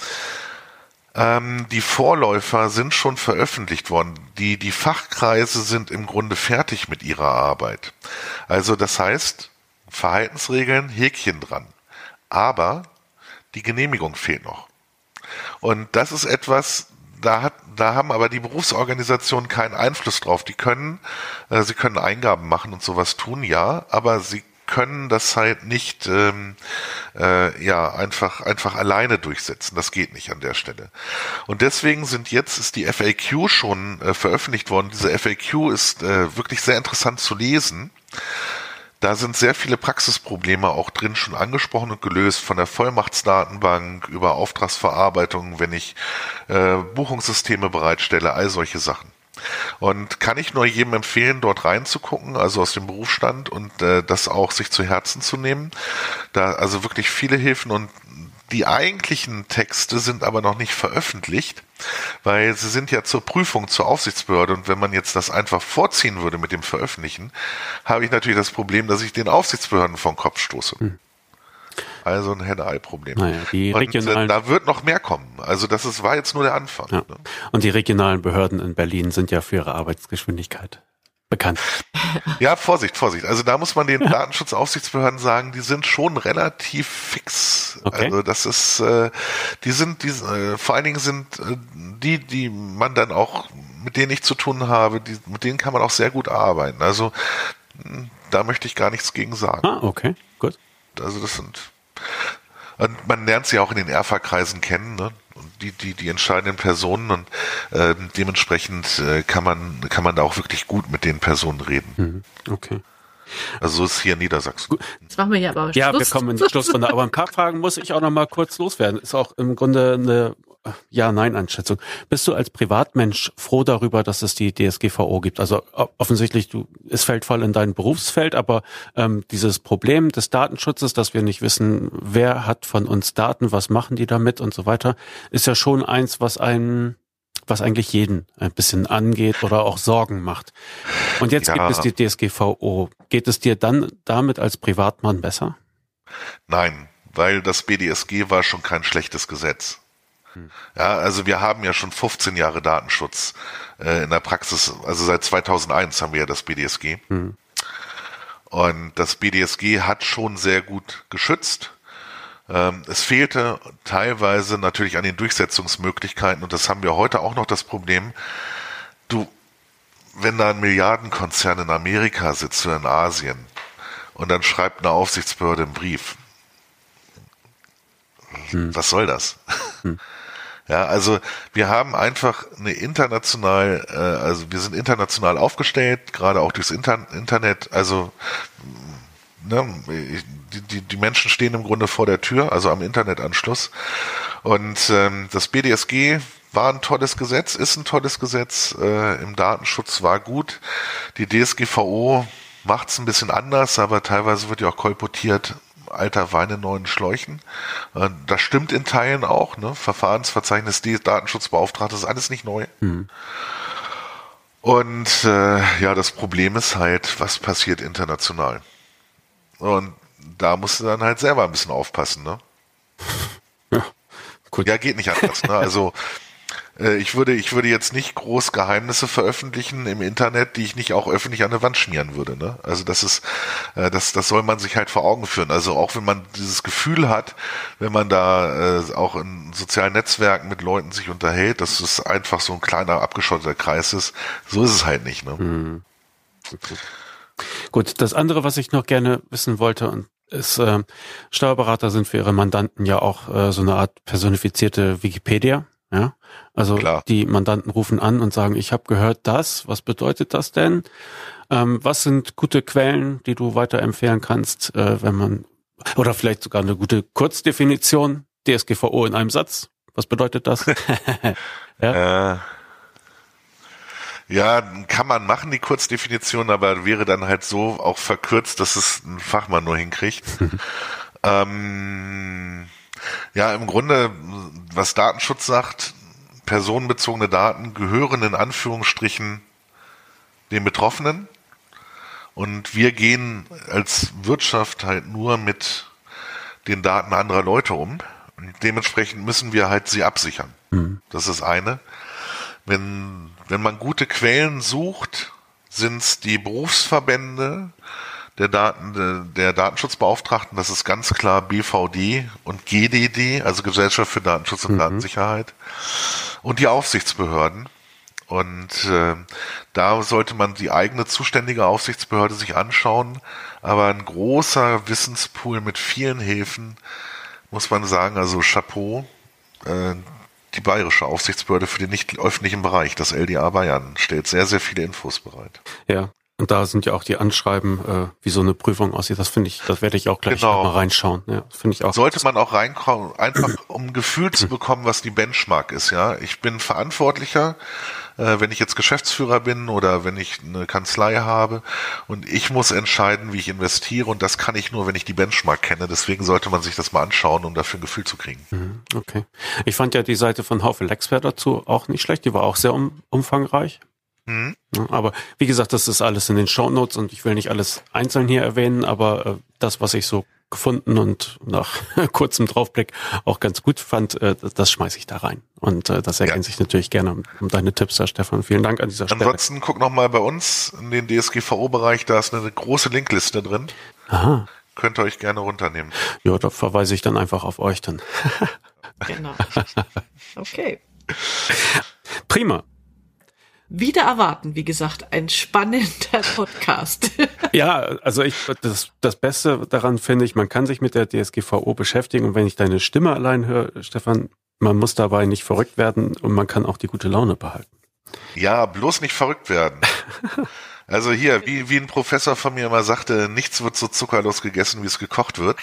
Ähm, die Vorläufer sind schon veröffentlicht worden. Die, die Fachkreise sind im Grunde fertig mit ihrer Arbeit. Also das heißt, Verhaltensregeln, Häkchen dran. Aber die Genehmigung fehlt noch. Und das ist etwas, da hat, da haben aber die Berufsorganisationen keinen Einfluss drauf. Die können, äh, sie können Eingaben machen und sowas tun, ja, aber sie können das halt nicht ähm, äh, ja einfach einfach alleine durchsetzen. Das geht nicht an der Stelle. Und deswegen sind jetzt ist die F A Q schon äh, veröffentlicht worden. Diese F A Q ist äh, wirklich sehr interessant zu lesen. Da sind sehr viele Praxisprobleme auch drin schon angesprochen und gelöst, von der Vollmachtsdatenbank über Auftragsverarbeitung, wenn ich äh, Buchungssysteme bereitstelle, all solche Sachen. Und kann ich nur jedem empfehlen, dort reinzugucken, also aus dem Berufsstand und äh, das auch sich zu Herzen zu nehmen. Da also wirklich viele Hilfen und die eigentlichen Texte sind aber noch nicht veröffentlicht, weil sie sind ja zur Prüfung zur Aufsichtsbehörde und wenn man jetzt das einfach vorziehen würde mit dem Veröffentlichen, habe ich natürlich das Problem, dass ich den Aufsichtsbehörden vom Kopf stoße. Hm. Also ein Henne-Ei-Problem. Naja, die und regionalen, äh, da wird noch mehr kommen. Also das ist, war jetzt nur der Anfang. ja. Ne? Und die regionalen Behörden in Berlin sind ja für ihre Arbeitsgeschwindigkeit bekannt. Ja, Vorsicht, Vorsicht. Also da muss man den ja. Datenschutzaufsichtsbehörden sagen, die sind schon relativ fix. Okay. Also das ist, äh, die sind, die, äh, vor allen Dingen sind äh, die, die man dann auch, mit denen ich zu tun habe, die, mit denen kann man auch sehr gut arbeiten. Also mh, da möchte ich gar nichts gegen sagen. Ah, okay, gut. Also das sind, und man lernt sie auch in den R F A-Kreisen kennen, ne? Die, die, die entscheidenden Personen und äh, dementsprechend äh, kann man kann man da auch wirklich gut mit den Personen reden. Mhm. Okay. Also so ist es hier in Niedersachsen. Jetzt machen wir hier aber Ja, Schluss. wir kommen in die Schlussrunde. Aber ein paar Fragen muss ich auch noch mal kurz loswerden. Ist auch im Grunde eine Ja-Nein-Einschätzung. Bist du als Privatmensch froh darüber, dass es die D S G V O gibt? Also offensichtlich, du, es fällt voll in dein Berufsfeld, aber ähm, dieses Problem des Datenschutzes, dass wir nicht wissen, wer hat von uns Daten, was machen die damit und so weiter, ist ja schon eins, was einen, was eigentlich jeden ein bisschen angeht oder auch Sorgen macht. Und jetzt Ja. gibt es die D S G V O. Geht es dir dann damit als Privatmann besser? Nein, weil das B D S G war schon kein schlechtes Gesetz. Ja, also wir haben ja schon fünfzehn Jahre Datenschutz äh, in der Praxis, also seit zweitausendeins haben wir ja das B D S G. Mhm. Und das B D S G hat schon sehr gut geschützt. Ähm, es fehlte teilweise natürlich an den Durchsetzungsmöglichkeiten und das haben wir heute auch noch das Problem. Du, wenn da ein Milliardenkonzern in Amerika sitzt oder in Asien und dann schreibt eine Aufsichtsbehörde einen Brief. Hm. Was soll das? Hm. Ja, also wir haben einfach eine international, äh, also wir sind international aufgestellt, gerade auch durchs Inter- Internet, also ne, die, die, die Menschen stehen im Grunde vor der Tür, also am Internetanschluss. Und ähm, das B D S G war ein tolles Gesetz, ist ein tolles Gesetz, äh, im Datenschutz war gut. Die D S G V O macht es ein bisschen anders, aber teilweise wird ja auch kolportiert, alter Wein in neuen Schläuchen. Äh, das stimmt in Teilen auch, ne? Verfahrensverzeichnis des Datenschutzbeauftragten ist alles nicht neu. Mhm. Und äh, ja, das Problem ist halt, was passiert international? Und da musst du dann halt selber ein bisschen aufpassen, ne? Ja, gut. Ja, geht nicht anders, ne? Also äh, ich würde, ich würde jetzt nicht groß Geheimnisse veröffentlichen im Internet, die ich nicht auch öffentlich an der Wand schmieren würde, ne? Also das ist, äh, das, das soll man sich halt vor Augen führen. Also auch wenn man dieses Gefühl hat, wenn man da äh, auch in sozialen Netzwerken mit Leuten sich unterhält, dass es einfach so ein kleiner abgeschotteter Kreis ist, so ist es halt nicht, ne? Mhm. Okay. Gut, das andere, was ich noch gerne wissen wollte, und ist, äh, Steuerberater sind für ihre Mandanten ja auch äh, so eine Art personifizierte Wikipedia. Ja, also Klar. Die Mandanten rufen an und sagen, ich habe gehört das, was bedeutet das denn? Ähm, was sind gute Quellen, die du weiterempfehlen kannst, äh, wenn man, oder vielleicht sogar eine gute Kurzdefinition, D S G V O in einem Satz, was bedeutet das? ja. Äh. Ja, kann man machen, die Kurzdefinition, aber wäre dann halt so auch verkürzt, dass es ein Fachmann nur hinkriegt. ähm, ja, im Grunde, was Datenschutz sagt, personenbezogene Daten gehören in Anführungsstrichen den Betroffenen. Und wir gehen als Wirtschaft halt nur mit den Daten anderer Leute um. Und dementsprechend müssen wir halt sie absichern. Mhm. Das ist eine. Wenn, wenn man gute Quellen sucht, sind es die Berufsverbände der Daten, der Datenschutzbeauftragten, das ist ganz klar B V D und G D D, also Gesellschaft für Datenschutz und mhm. Datensicherheit, und die Aufsichtsbehörden. Und äh, da sollte man die eigene zuständige Aufsichtsbehörde sich anschauen. Aber ein großer Wissenspool mit vielen Hilfen, muss man sagen, also Chapeau, äh, die bayerische Aufsichtsbehörde für den nicht öffentlichen Bereich, das L D A Bayern, stellt sehr, sehr viele Infos bereit. Ja, und da sind ja auch die Anschreiben, äh, wie so eine Prüfung aussieht. Das finde ich, das werde ich auch gleich genau. mal reinschauen. Ja, finde ich auch. Sollte man auch reinkommen, einfach um ein Gefühl zu bekommen, was die Benchmark ist. Ja, ich bin Verantwortlicher, äh, wenn ich jetzt Geschäftsführer bin oder wenn ich eine Kanzlei habe und ich muss entscheiden, wie ich investiere, und das kann ich nur, wenn ich die Benchmark kenne. Deswegen sollte man sich das mal anschauen, um dafür ein Gefühl zu kriegen. Okay. Ich fand ja die Seite von Haufe Expert dazu auch nicht schlecht. Die war auch sehr um, umfangreich. Mhm. Aber wie gesagt, das ist alles in den Shownotes und ich will nicht alles einzeln hier erwähnen, aber äh, das, was ich so gefunden und nach kurzem Draufblick auch ganz gut fand, äh, das schmeiße ich da rein. Und äh, das ergänze ja. ich natürlich gerne um, um deine Tipps, Herr Stefan. Vielen Dank an dieser Stelle. Ansonsten guck noch mal bei uns in den D S G V O-Bereich, da ist eine große Linkliste drin. Aha. Könnt ihr euch gerne runternehmen. Ja, da verweise ich dann einfach auf euch dann. Genau. Okay. Prima. Wieder erwarten, wie gesagt, ein spannender Podcast. Ja, also ich das, das Beste daran finde ich, man kann sich mit der D S G V O beschäftigen und wenn ich deine Stimme allein höre, Stefan, man muss dabei nicht verrückt werden und man kann auch die gute Laune behalten. Ja, bloß nicht verrückt werden. Also hier, wie, wie ein Professor von mir immer sagte, nichts wird so zuckerlos gegessen, wie es gekocht wird.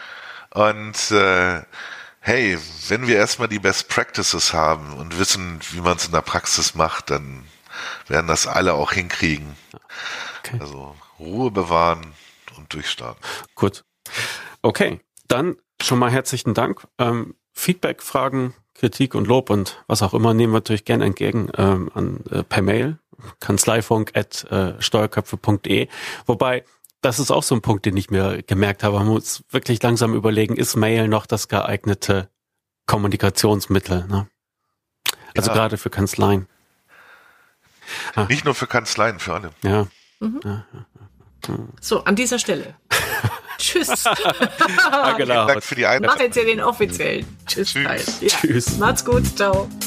Und äh, hey, wenn wir erstmal die Best Practices haben und wissen, wie man es in der Praxis macht, dann werden das alle auch hinkriegen. Okay. Also Ruhe bewahren und durchstarten. Gut. Okay, dann schon mal herzlichen Dank. Ähm, Feedback, Fragen, Kritik und Lob und was auch immer nehmen wir natürlich gerne entgegen ähm, an äh, per Mail kanzleifunk at steuerköpfe punkt de. Wobei das ist auch so ein Punkt, den ich mir gemerkt habe. Man muss wirklich langsam überlegen, ist Mail noch das geeignete Kommunikationsmittel? Ne? Also ja. Gerade für Kanzleien. Nicht nur für Kanzleien, für alle. Ja. Mhm. ja, ja, ja. So, an dieser Stelle. Tschüss. Ja, genau. Vielen Dank für die Einladung. Mach jetzt ja den offiziellen Tschüss. Tschüss. Tschüss. Ja. Tschüss. Macht's gut. Ciao.